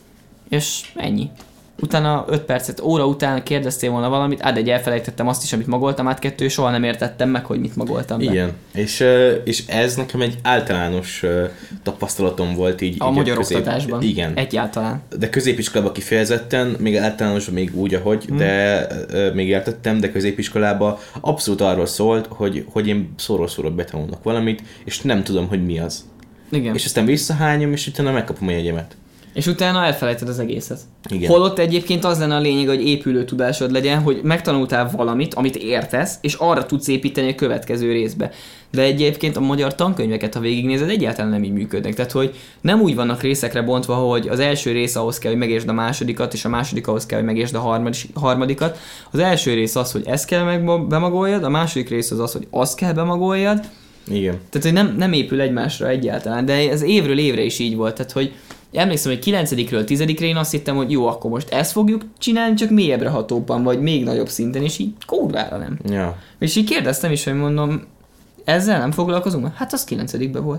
És ennyi. Utána öt percet, óra után kérdeztél volna valamit, át egy elfelejtettem azt is, amit magoltam át kettő, soha nem értettem meg, hogy mit magoltam be. Igen, és, és ez nekem egy általános tapasztalatom volt így. A így magyar közép... oktatásban. Igen. Egyáltalán. De középiskolában kifejezetten, még általánosban még úgy, ahogy, hmm. de még értettem, de középiskolában abszolút arról szólt, hogy, hogy én szóról szóra betanulnak valamit, és nem tudom, hogy mi az. Igen. És aztán visszahányom, és utána megkapom a jegyemet. És utána elfelejted az egészet. Igen. Holott egyébként az lenne a lényeg, hogy épülő tudásod legyen, hogy megtanultál valamit, amit értesz, és arra tudsz építeni a következő részbe. De egyébként a magyar tankönyveket, ha végignézed, egyáltalán nem így működnek. Tehát, hogy nem úgy vannak részekre bontva, hogy az első rész ahhoz kell, hogy megértsd a másodikat, és a második ahhoz kell, hogy megértsd a harmadikat. Az első rész az, hogy ezt kell meg bemagoljad, a második rész az az, hogy azt kell bemagoljad. Igen. Tehát, hogy nem, nem épül egymásra egyáltalán, de ez évről évre is így volt. Tehát, hogy emlékszem, hogy kilencedikről tizedikre én azt hittem, hogy jó, akkor most ezt fogjuk csinálni, csak mélyebbre hatóbban, vagy még nagyobb szinten, és így kurvára nem. Ja. És így kérdeztem is, hogy mondom, ezzel nem foglalkozunk? Hát az kilencedikben volt.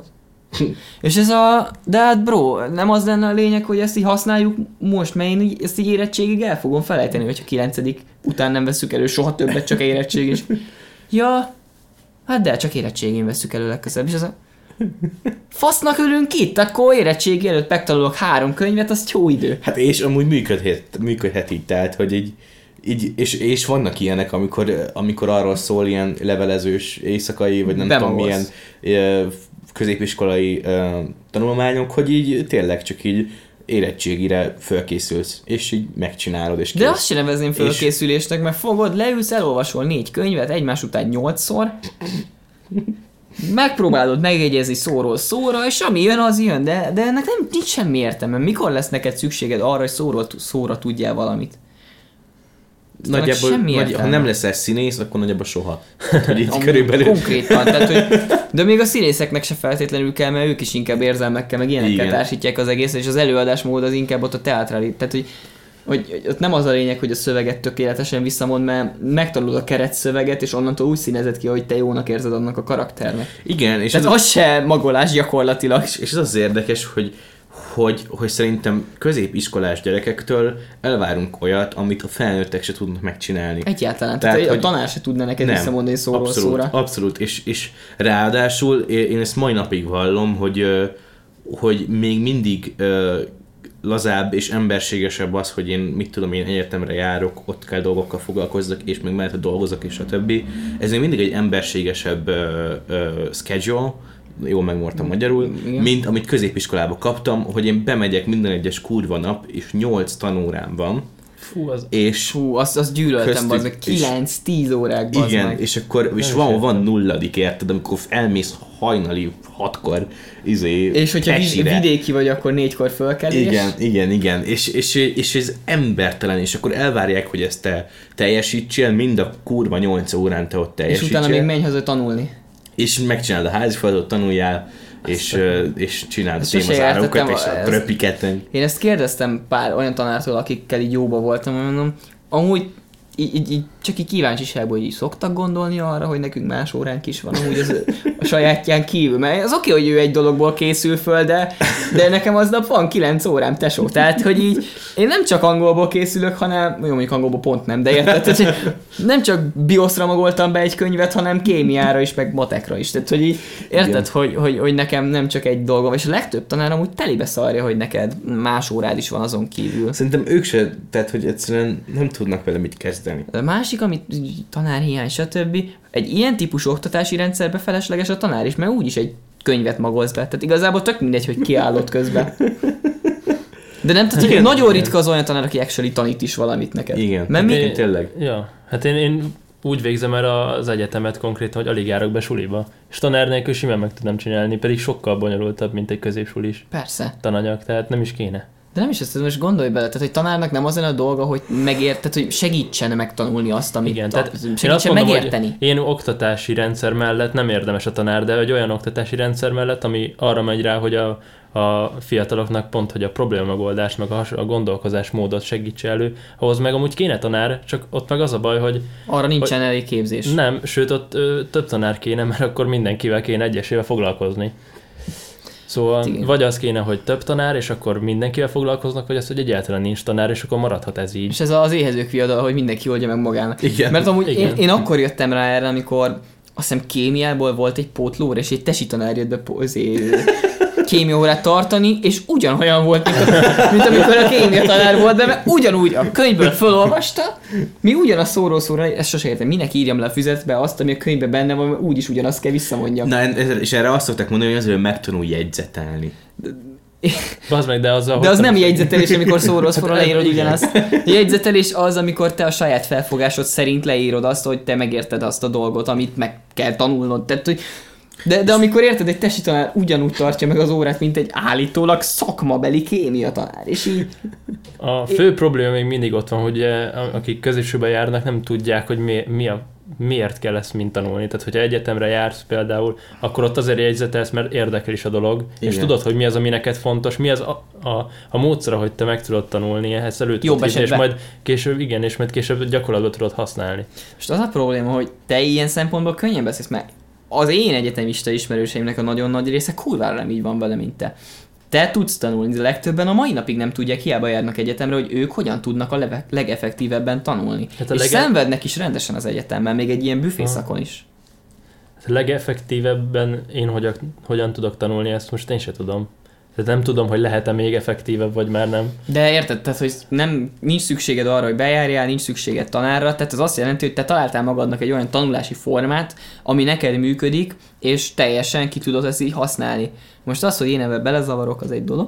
És ez a, de hát bro, nem az lenne a lényeg, hogy ezt így használjuk most, mert én ezt így érettségig el fogom felejteni, hogyha kilencedik után nem veszük elő soha többet, csak érettség is. Ja, hát de csak érettségén veszük elő legközelebb, és az a fasznak ülünk itt, akkor érettségi előtt megtanulok három könyvet, az jó idő. Hát és amúgy működhet, működhet így, tehát, hogy így, így és, és vannak ilyenek, amikor, amikor arról szól ilyen levelezős éjszakai, vagy nem Bemolsz. tudom milyen középiskolai uh, tanulmányok, hogy így tényleg csak így érettségire fölkészülsz, és így megcsinálod, és kész. De azt sem nevezném fölkészülésnek, mert fogod, leülsz, elolvasol négy könyvet, egymás után nyolcszor, megpróbálod megjegyezni szóról szóra, és ami jön, az jön, de, de ennek nem, nincs semmi értelme. Mikor lesz neked szükséged arra, hogy szóról szóra tudjál valamit? Nagyjából, vagy, ha nem leszel színész, akkor nagyjából soha. Hogy így körülbelül. Konkrétan, tehát, hogy, de még a színészeknek se feltétlenül kell, mert ők is inkább érzelmekkel, meg ilyenekkel Igen. társítják az egész, és az előadásmód az inkább ott a teátrális. Tehát, hogy, hogy, hogy ott nem az a lényeg, hogy a szöveget tökéletesen visszamond, mert megtanulod a keretszöveget, és onnantól úgy színezed ki, hogy te jónak érzed annak a karakternek. Igen. És tehát az, az se magolás gyakorlatilag. És, és az az érdekes, hogy Hogy, hogy szerintem középiskolás gyerekektől elvárunk olyat, amit a felnőttek se tudnak megcsinálni. Egyáltalán, tehát, tehát hogy a tanár se tudna neked nem, visszamondani szóról abszolút, szóra. Abszolút, és, és ráadásul én ezt mai napig vallom, hogy, hogy még mindig lazább és emberségesebb az, hogy én mit tudom, én egyetemre járok, ott kell dolgokkal foglalkozzak, és még mellett dolgozok, és a többi. Ez még mindig egy emberségesebb uh, uh, schedule, jól megmondtam magyarul, Igen. mint amit középiskolában kaptam, hogy én bemegyek minden egyes kurva nap, és nyolc tanórám van, Fú, az... És Fú, azt, azt gyűlöltem, az meg kilenc-tíz órák, bazd igen, meg. és akkor és van, van nulladik, érted, amikor elmész hajnali hatkor izé, és hogyha pesire. vidéki vagy, akkor négykor fölkelés. Igen, igen, igen, és, és, és ez embertelen, és akkor elvárják, hogy ezt te teljesítsél, mind a kurva nyolc órán te ott teljesítsél. És utána még menj haza tanulni. És megcsinálod a házi feladatot, tanuljál, és, és csináld a témazárókat, és a röpiket. Én ezt kérdeztem pár olyan tanártól, akikkel így jóba voltam, mondom, amúgy így, így, így csak így kíváncsiságból így szoktak gondolni arra, hogy nekünk más óránk is van, amúgy az a sajátján kívül, mert az oké, hogy ő egy dologból készül föl, de, de nekem aznap van kilenc órám, tesó, tehát, hogy így én nem csak angolból készülök, hanem, jó, mondjuk angolból pont nem, de érted, hogy nem csak bioszra magoltam be egy könyvet, hanem kémiára is, meg matekra is, tehát, hogy így érted, hogy, hogy, hogy nekem nem csak egy dolgom, és a legtöbb tanár amúgy telibe szarja, hogy neked más órád is van azon kívül. Szerintem ők se, tehát, hogy egyszerűen nem tudnak vele mit kezdeni. A másik, amit tanárhiány, stb. Egy ilyen típusú oktatási rendszerbe felesleges a tanár is, mert úgyis egy könyvet magolsz be. Tehát igazából tök mindegy, hogy kiállott közben. De nem tudjuk, hogy nagyon ritka az olyan tanár, aki actually tanít is valamit neked. Igen, mert én, tényleg. Ja, hát én, én úgy végzem el az egyetemet konkrétan, hogy alig járok be suliba. És tanár nélkül simán meg tudnám csinálni, pedig sokkal bonyolultabb, mint egy középsulis Persze. tananyag, tehát nem is kéne. De nem is ezt, most gondolj bele, tehát hogy tanárnak nem az a dolga, hogy megért, tehát hogy segítsen megtanulni azt, amit igen, ta, tehát segítsen mondom, megérteni. Én oktatási rendszer mellett nem érdemes a tanár, de egy olyan oktatási rendszer mellett, ami arra megy rá, hogy a, a fiataloknak pont, hogy a problémamegoldást, meg a, a gondolkozásmódot segítse elő, ahhoz meg amúgy kéne tanár, csak ott meg az a baj, hogy... Arra nincsen hogy, elég képzés. Nem, sőt ott ö, több tanár kéne, mert akkor mindenkivel kéne egyesével foglalkozni. Szóval igen. Vagy az kéne, hogy több tanár, és akkor mindenkivel foglalkoznak, vagy az, hogy egyáltalán nincs tanár, és akkor maradhat ez így. És ez az éhezők viadala, hogy mindenki oldja meg magának. Igen. Mert amúgy igen. Én, én akkor jöttem rá erre, amikor azt hiszem kémiából volt egy pótlóra, és egy tesi tanár jött be kémiaórát tartani, és ugyanolyan volt, mint, a, mint amikor a kémia tanár volt, de mert ugyanúgy a könyvből felolvasta, mi ugyanaz szóról szóra, ezt sose értem, minek írjam le a füzetbe azt, ami a könyvben benne van, mert úgyis ugyanazt kell visszamondjam. Na, és erre azt szokták mondani, hogy azért megtanul jegyzetelni. Bazd meg, de az, de az nem jegyzetelés, amikor szóról szóra leírod ugyanazt. A jegyzetelés az, amikor te a saját felfogásod szerint leírod azt, hogy te megérted azt a dolgot, amit meg kell tanulnod. Tehát, hogy De, de amikor érted, egy tesi tanár ugyanúgy tartja meg az órát, mint egy állítólag szakmabeli kémia tanár, és így... A fő probléma még mindig ott van, hogy akik középsőben járnak, nem tudják, hogy mi, mi a, miért kell ezt mind tanulni. Tehát, hogyha egyetemre jársz például, akkor ott azért jegyzetelsz, mert érdekel is a dolog, igen. És tudod, hogy mi az, ami neked fontos, mi az a, a, a módszer, hogy te meg tudod tanulni, ehhez elő tudod hívni, és majd később, igen, és majd később gyakorlatban tudod használni. És az a probléma, hogy te ilyen szempontból könnyen beszélsz, mert az én egyetemista ismerőseimnek a nagyon nagy része kurvára nem így van vele, mint te. Te tudsz tanulni, de legtöbben a mai napig nem tudják, hiába járnak egyetemre, hogy ők hogyan tudnak a leve- legeffektívebben tanulni. Hát és lege... szenvednek is rendesen az egyetemben, még egy ilyen büfészakon is. Hát a legeffektívebben én hogyan, hogyan tudok tanulni, ezt most én se tudom. Tehát nem tudom, hogy lehet-e még effektívebb, vagy már nem. De érted, tehát, hogy nem, nincs szükséged arra, hogy bejárjál, nincs szükséged tanárra, tehát ez azt jelenti, hogy te találtál magadnak egy olyan tanulási formát, ami neked működik, és teljesen ki tudod ezt így használni. Most az, hogy én ebben belezavarok, az egy dolog.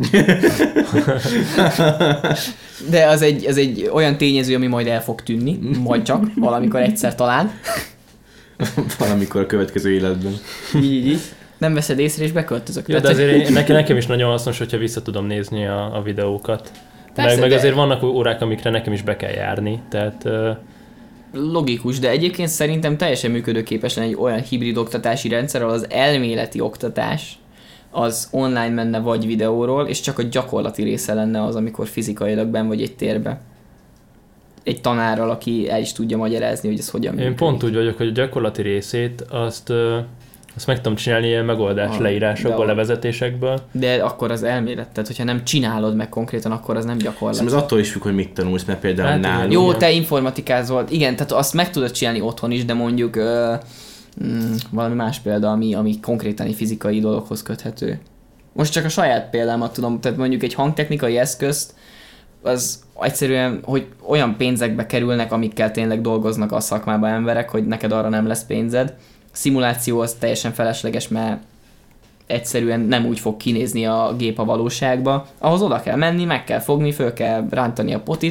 De az egy, az egy olyan tényező, ami majd el fog tűnni, majd csak, valamikor egyszer talán. Valamikor a következő életben. Így, így, így. Nem veszed észre, és beköltözök. Jó, de azért nekem, nekem is nagyon hasznos, hogyha vissza tudom nézni a, a videókat. Persze, meg, meg azért de... vannak órák, amikre nekem is be kell járni, tehát... Uh... Logikus, de egyébként szerintem teljesen működőképes lenne egy olyan hibrid oktatási rendszer, ahol az elméleti oktatás az online menne vagy videóról, és csak a gyakorlati része lenne az, amikor fizikailag benn vagy egy térbe. Egy tanárral, aki el is tudja magyarázni, hogy ez hogyan működik. Én pont úgy vagyok, hogy a gyakorlati részét azt... Uh... Azt meg tudom csinálni ilyen megoldás ah, leírásokból, levezetésekből. De akkor az elmélet, tehát hogyha nem csinálod meg konkrétan, akkor az nem gyakorlat. Szerintem ez attól is függ, hogy mit tanulsz, mert például hát, nálunk. Jó, te informatikázol, igen, tehát azt meg tudod csinálni otthon is, de mondjuk ö, mm, valami más példa, ami, ami konkrétan egy fizikai dologhoz köthető. Most csak a saját példámat tudom, tehát mondjuk egy hangtechnikai eszközt, az egyszerűen, hogy olyan pénzekbe kerülnek, amikkel tényleg dolgoznak a szakmában emberek, hogy neked arra nem lesz pénzed. Szimuláció az teljesen felesleges, mert egyszerűen nem úgy fog kinézni a gép a valóságba. Ahhoz oda kell menni, meg kell fogni, föl kell rántani a potit.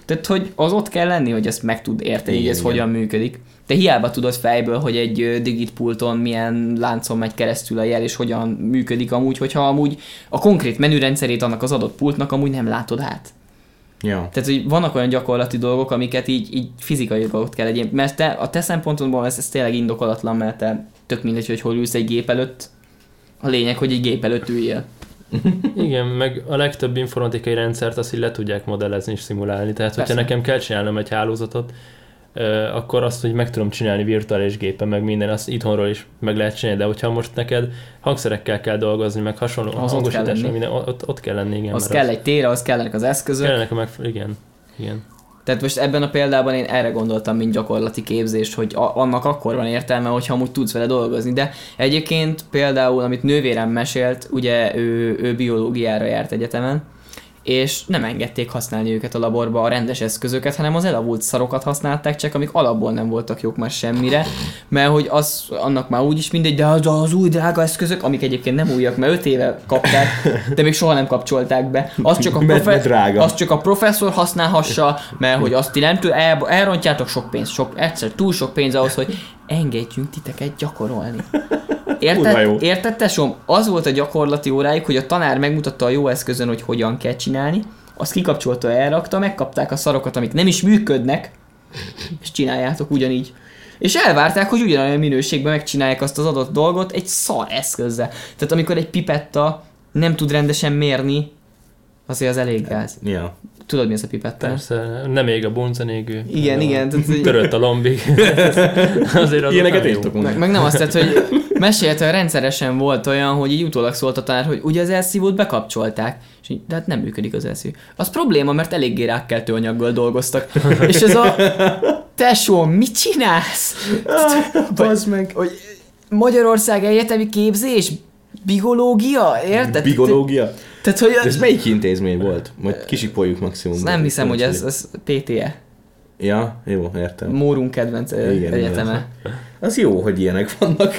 Tehát, hogy az ott kell lenni, hogy ezt meg tud érteni, igen, hogy ez igen. hogyan működik. Te hiába tudod fejből, hogy egy digitpulton milyen láncon megy keresztül a jel, és hogyan működik amúgy, hogyha amúgy a konkrét menürendszerét annak az adott pultnak amúgy nem látod át. Ja. Tehát, hogy vannak olyan gyakorlati dolgok, amiket így, így fizikai ott kell egyébként, mert te, a te szempontodból ez, ez tényleg indokolatlan, mert te tök mindegy, hogy hol ülsz egy gép előtt. A lényeg, hogy egy gép előtt üljél. Igen, meg a legtöbb informatikai rendszert azt így le tudják modellezni és szimulálni. Tehát, hogyha nekem kell csinálnom egy hálózatot, akkor azt, hogy meg tudom csinálni virtuális gépen, meg minden, azt itthonról is meg lehet csinálni, de hogyha most neked hangszerekkel kell dolgozni, meg hasonló hangosításra, minden, ott, ott kell lenni, igen. Az kell egy tér, az kellenek az eszközök. Kellenek a megfelelő, igen, igen. Tehát most ebben a példában én erre gondoltam, mint gyakorlati képzést, hogy a, annak akkor van értelme, hogyha amúgy tudsz vele dolgozni. De egyébként például, amit nővérem mesélt, ugye ő, ő biológiára járt egyetemen, és nem engedték használni őket a laborba a rendes eszközöket, hanem az elavult szarokat használták csak, amik alapból nem voltak jók már semmire, mert hogy az, annak már úgyis mindegy, de az, az új drága eszközök, amik egyébként nem újak, mert öt éve kapták, de még soha nem kapcsolták be. Az csak a, profe- az csak a professzor használhassa, mert hogy azt ti nem tud, el, elrontjátok sok pénz, sok, egyszer túl sok pénz ahhoz, hogy engedjünk titeket gyakorolni. Érted, érted tesóm? Az volt a gyakorlati órájuk, hogy a tanár megmutatta a jó eszközön, hogy hogyan kell csinálni, azt kikapcsolta, elrakta, megkapták a szarokat, amik nem is működnek, és csináljátok ugyanígy. És elvárták, hogy ugyanolyan minőségben megcsinálják azt az adott dolgot egy szar eszközzel. Tehát amikor egy pipetta nem tud rendesen mérni, azért az elég gáz. Ja. Tudod, mi az a pipetta? Persze, nem ég a buncenégő. Igen, igen. Tehát, törött a lombig. Azért az ilyeneket értek meg, meg nem azt tett, hogy mesélte, hogy rendszeresen volt olyan, hogy így utólag szólt a tanár, hogy ugye az elszívót bekapcsolták, és így, de hát nem működik az elszívó. Az probléma, mert eléggé rákkeltő anyaggal dolgoztak. És ez a tesó, mit csinálsz? Bazd meg. Hogy Magyarország egyetemi képzés? Biológia? Érted? Biológia? Tehát, hogy ez melyik intézmény volt? Majd kisipoljuk maximum. Nem hiszem, hogy ez, ez pé té é. Ja, jó, értem. Mórunk kedvenc igen, egyeteme. Az jó, hogy ilyenek vannak.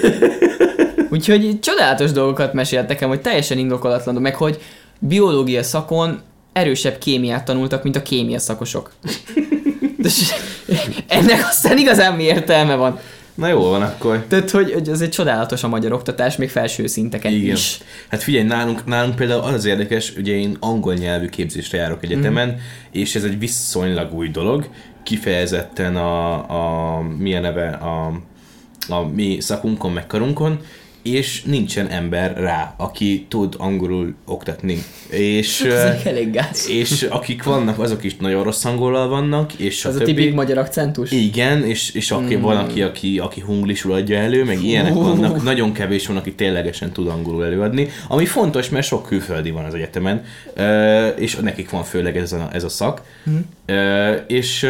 Úgyhogy csodálatos dolgokat mesélt nekem, hogy teljesen indokolatlan, meg hogy biológia szakon erősebb kémiát tanultak, mint a kémia szakosok. De ennek aztán igazán mi értelme van. Na jó van akkor. Tehát, hogy, hogy ez egy csodálatos a magyar oktatás, még felső szinteken igen. is. Hát figyelj, nálunk, nálunk például az az érdekes, ugye én angol nyelvű képzésre járok egyetemen, mm. és ez egy viszonylag új dolog, kifejezetten a, a milyen neve, a, a mi szakunkon, meg karunkon, és nincsen ember rá, aki tud angolul oktatni. És, elég gáz. És akik vannak, azok is nagyon rossz angolal vannak, és az a, a tipik magyar akcentus? Igen, és, és aki, mm. van, aki, aki, aki hunglisul adja elő, meg ilyenek uh. vannak, nagyon kevés van, aki ténylegesen tud angolul előadni, ami fontos, mert sok külföldi van az egyetemen, és nekik van főleg ez a, ez a szak, mm. és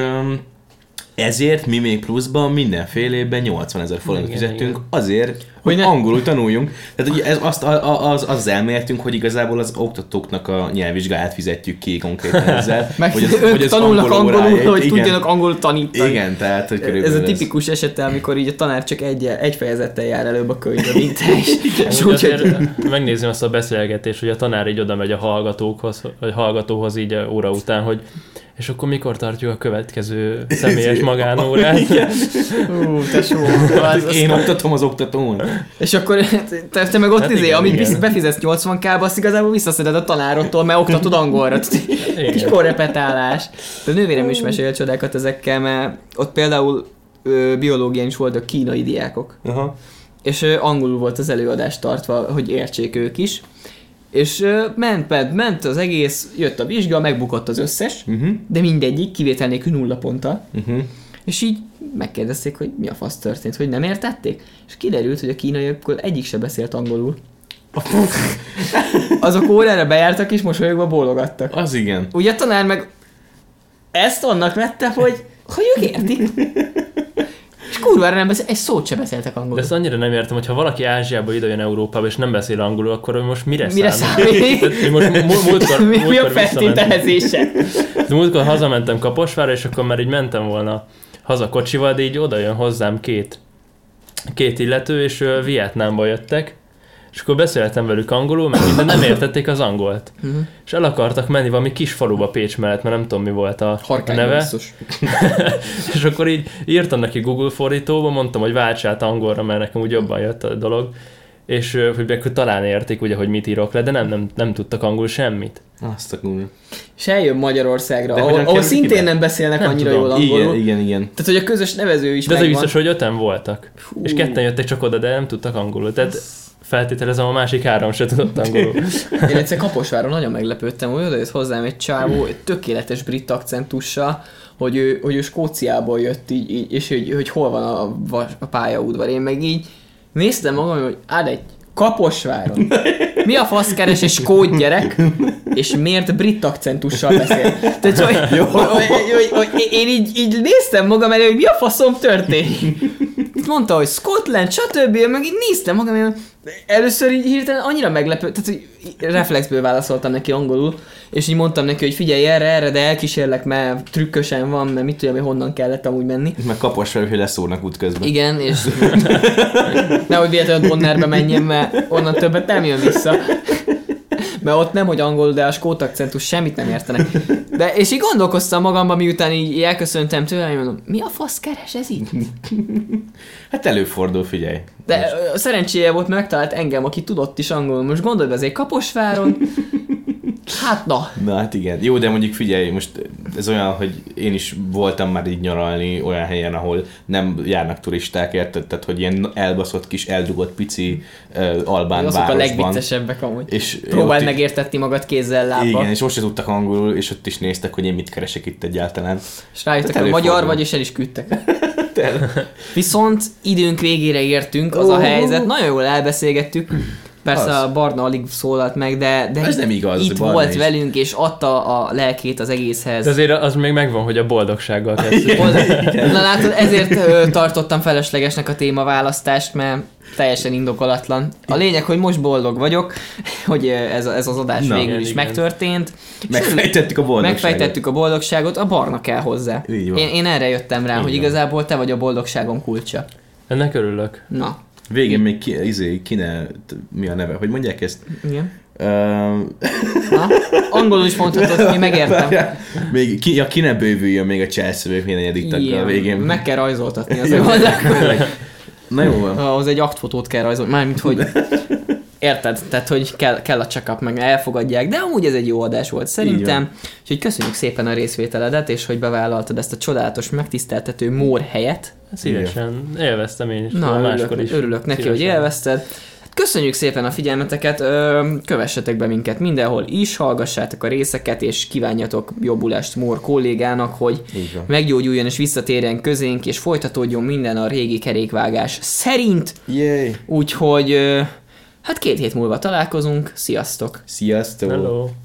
ezért mi még pluszban mindenfélében nyolcvanezer forintot fizettünk azért, hogy ne... angolul tanuljunk. Tehát ugye ez, azt, az, az elméltünk, hogy igazából az oktatóknak a nyelvvizsgáját fizetjük ki konkrétan ezzel. Meg hogy az, ők hogy az tanulnak angolul, angolul hogy igen. tudjanak angolul tanítani. Igen, tehát hogy körülbelül ez a tipikus ez. esete, amikor így a tanár csak egy, egy fejezettel jár előbb a könyvbe, mint te is. És úgy, hogy... Megnézzük azt a beszélgetést, hogy a tanár így oda megy a hallgatókhoz, vagy hallgatóhoz így a óra után, hogy és akkor mikor tartjuk a következő személyes magánórát? Ú, tesó. Én oktatom az oktatón. És akkor te, te meg ott hát izé, igen, amit igen. befizetsz nyolcvan kába, azt igazából visszaszeded a tanárottól, mert oktatod angolra. Kis korrepetálás. De a nővérem is mesél csodákat ezekkel, mert ott például ö, biológián is voltak kínai diákok. Aha. És ö, angolul volt az előadás tartva, hogy értsék ők is. És uh, ment, ment, ment az egész, jött a vizsga, megbukott az összes, uh-huh. de mindegyik kivétel nélkül nulla ponttal. Uh-huh. És így megkérdezték, hogy mi a fasz történt, hogy nem értették. És kiderült, hogy a kínaiakkal egyik se beszélt angolul. Azok órára bejártak és mosolyogva bólogattak. Az igen. Ugye a tanár meg ezt annak vette, hogy, hogy ők értik. És kurvára nem beszél, egy szót se beszéltek angolul. De ezt annyira nem értem, hogy ha valaki Ázsiába idejön Európába és nem beszél angolul, akkor most mire, mire számít? számít? Most múltkor, mi, mi a feltételezése? Múltkor hazamentem Kaposvárra, és akkor már így mentem volna haza kocsival, de így oda jön hozzám két, két illető, és uh, Vietnámba jöttek, És akkor beszéltem velük angolul, mert minden nem értették az angolt. Uh-huh. És el akartak menni valami kis faluba Pécs mellett, mert nem tudom mi volt a, a neve. És akkor így írtam neki Google fordítóba, mondtam, hogy válts át angolra, mert nekem úgy jobban jött a dolog. És hogy akkor talán érték, ugye, hogy mit írok le, de nem, nem, nem tudtak angol semmit. Azt a Google. És eljön Magyarországra, de ahol, ahol szintén nem beszélnek nem annyira tudom. Jól angolul. Igen, igen, igen. Tehát, hogy a közös nevező is de megvan. De biztos, hogy öten voltak. Hú. És ketten jöttek csak oda, de nem tudtak angolul. Tehát feltételezem, a másik három se tudott angolul. Én egyszer Kaposváron nagyon meglepődtem, hogy oda jött hozzám egy csávó, egy tökéletes brit akcentussal, hogy ő, hogy ő Skóciából jött így, így és hogy, hogy hol van a, a pályaudvar. Én meg így néztem magam, hogy ád egy Kaposváron. Mi a fasz keres egy skót gyerek, és miért brit akcentussal beszél? Tehát, hogy, hogy, hogy, hogy, hogy én így, így néztem magam elé, hogy mi a faszom történik. Itt mondta, hogy Scotland, stb. Meg így néztem magam, hogy először így hirtelen annyira meglepő, tehát hogy reflexből válaszoltam neki angolul, és így mondtam neki, hogy figyelj erre, erre, de elkísérlek, mert trükkösen van, mert mit tudjam, hogy honnan kellett amúgy menni. Meg Kaposvár, hogy leszórnak útközben. Igen, és nehogy véletlenül Donnerbe menjen, mert onnan többet nem jön vissza. Mert ott nem, hogy angol, de a skót akcentus semmit nem értenek. De, és így gondolkoztam magamban, miután így elköszöntem tőle, hogy mondom, mi a fasz keres ez így? Hát előfordul, figyelj. De most. Szerencséje volt, megtalált engem, aki tudott is angolul. Most gondolj be, azért Kaposváron. Hát na. Na hát igen. Jó, de mondjuk figyelj, most ez olyan, hogy én is voltam már így nyaralni olyan helyen, ahol nem járnak turisták, érted? Tehát, hogy ilyen elbaszott kis eldugott pici uh, albán azok városban. A legviccesebbek amúgy. És próbáld ott megértetni magad kézzel, lábbal. Igen, és most se tudtak angolul, és ott is néztek, hogy én mit keresek itt egyáltalán. És rájöttek, hogy magyar vagy, és el is küldtek. Viszont időnk végére értünk, az oh. a helyzet. Nagyon jól elbeszélgettük. Persze az. A Barna alig szólalt meg, de, de ez nem igaz, itt volt is. Velünk, és adta a lelkét az egészhez. De azért az még megvan, hogy a boldogsággal kezdjük. Na látod, ezért ö, tartottam feleslegesnek a témaválasztást, mert teljesen indokolatlan. A lényeg, hogy most boldog vagyok, hogy ez, ez az adás Na, végül igen, is igen. megtörtént. Megfejtettük a boldogságot. Megfejtettük a boldogságot, a Barna kell hozzá. Én, én erre jöttem rá, Így hogy van. Igazából te vagy a boldogságom kulcsa. Ennek örülök. Na. Végén még ki, izé, kine, mi a neve? Hogy mondják ezt? Igen. Uh... Na, angolul is mondhatod, én megértem. Még ki, ja, ki ne bővüljön még a Chelsea negyedik taggal a végén. Meg kell rajzoltatni az oldalak. Na jó van. Ahhoz egy aktfotót kell rajzolni, mármint hogy érted, tehát hogy kell, kell a check-up, meg elfogadják, de amúgy ez egy jó adás volt szerintem. Úgyhogy köszönjük szépen a részvételedet, és hogy bevállaltad ezt a csodálatos, megtiszteltető mór helyet. Szívesen, élveztem én is. Na, örülök, is. örülök neki, Szívesen. Hogy élvezted. Köszönjük szépen a figyelmeteket, kövessetek be minket mindenhol is, hallgassátok a részeket, és kívánjatok jobbulást Mór kollégának, hogy meggyógyuljon és visszatérjen közénk, és folytatódjon minden a régi kerékvágás szerint. Yay. Úgyhogy hát két hét múlva találkozunk, sziasztok! Sziasztok! Hello.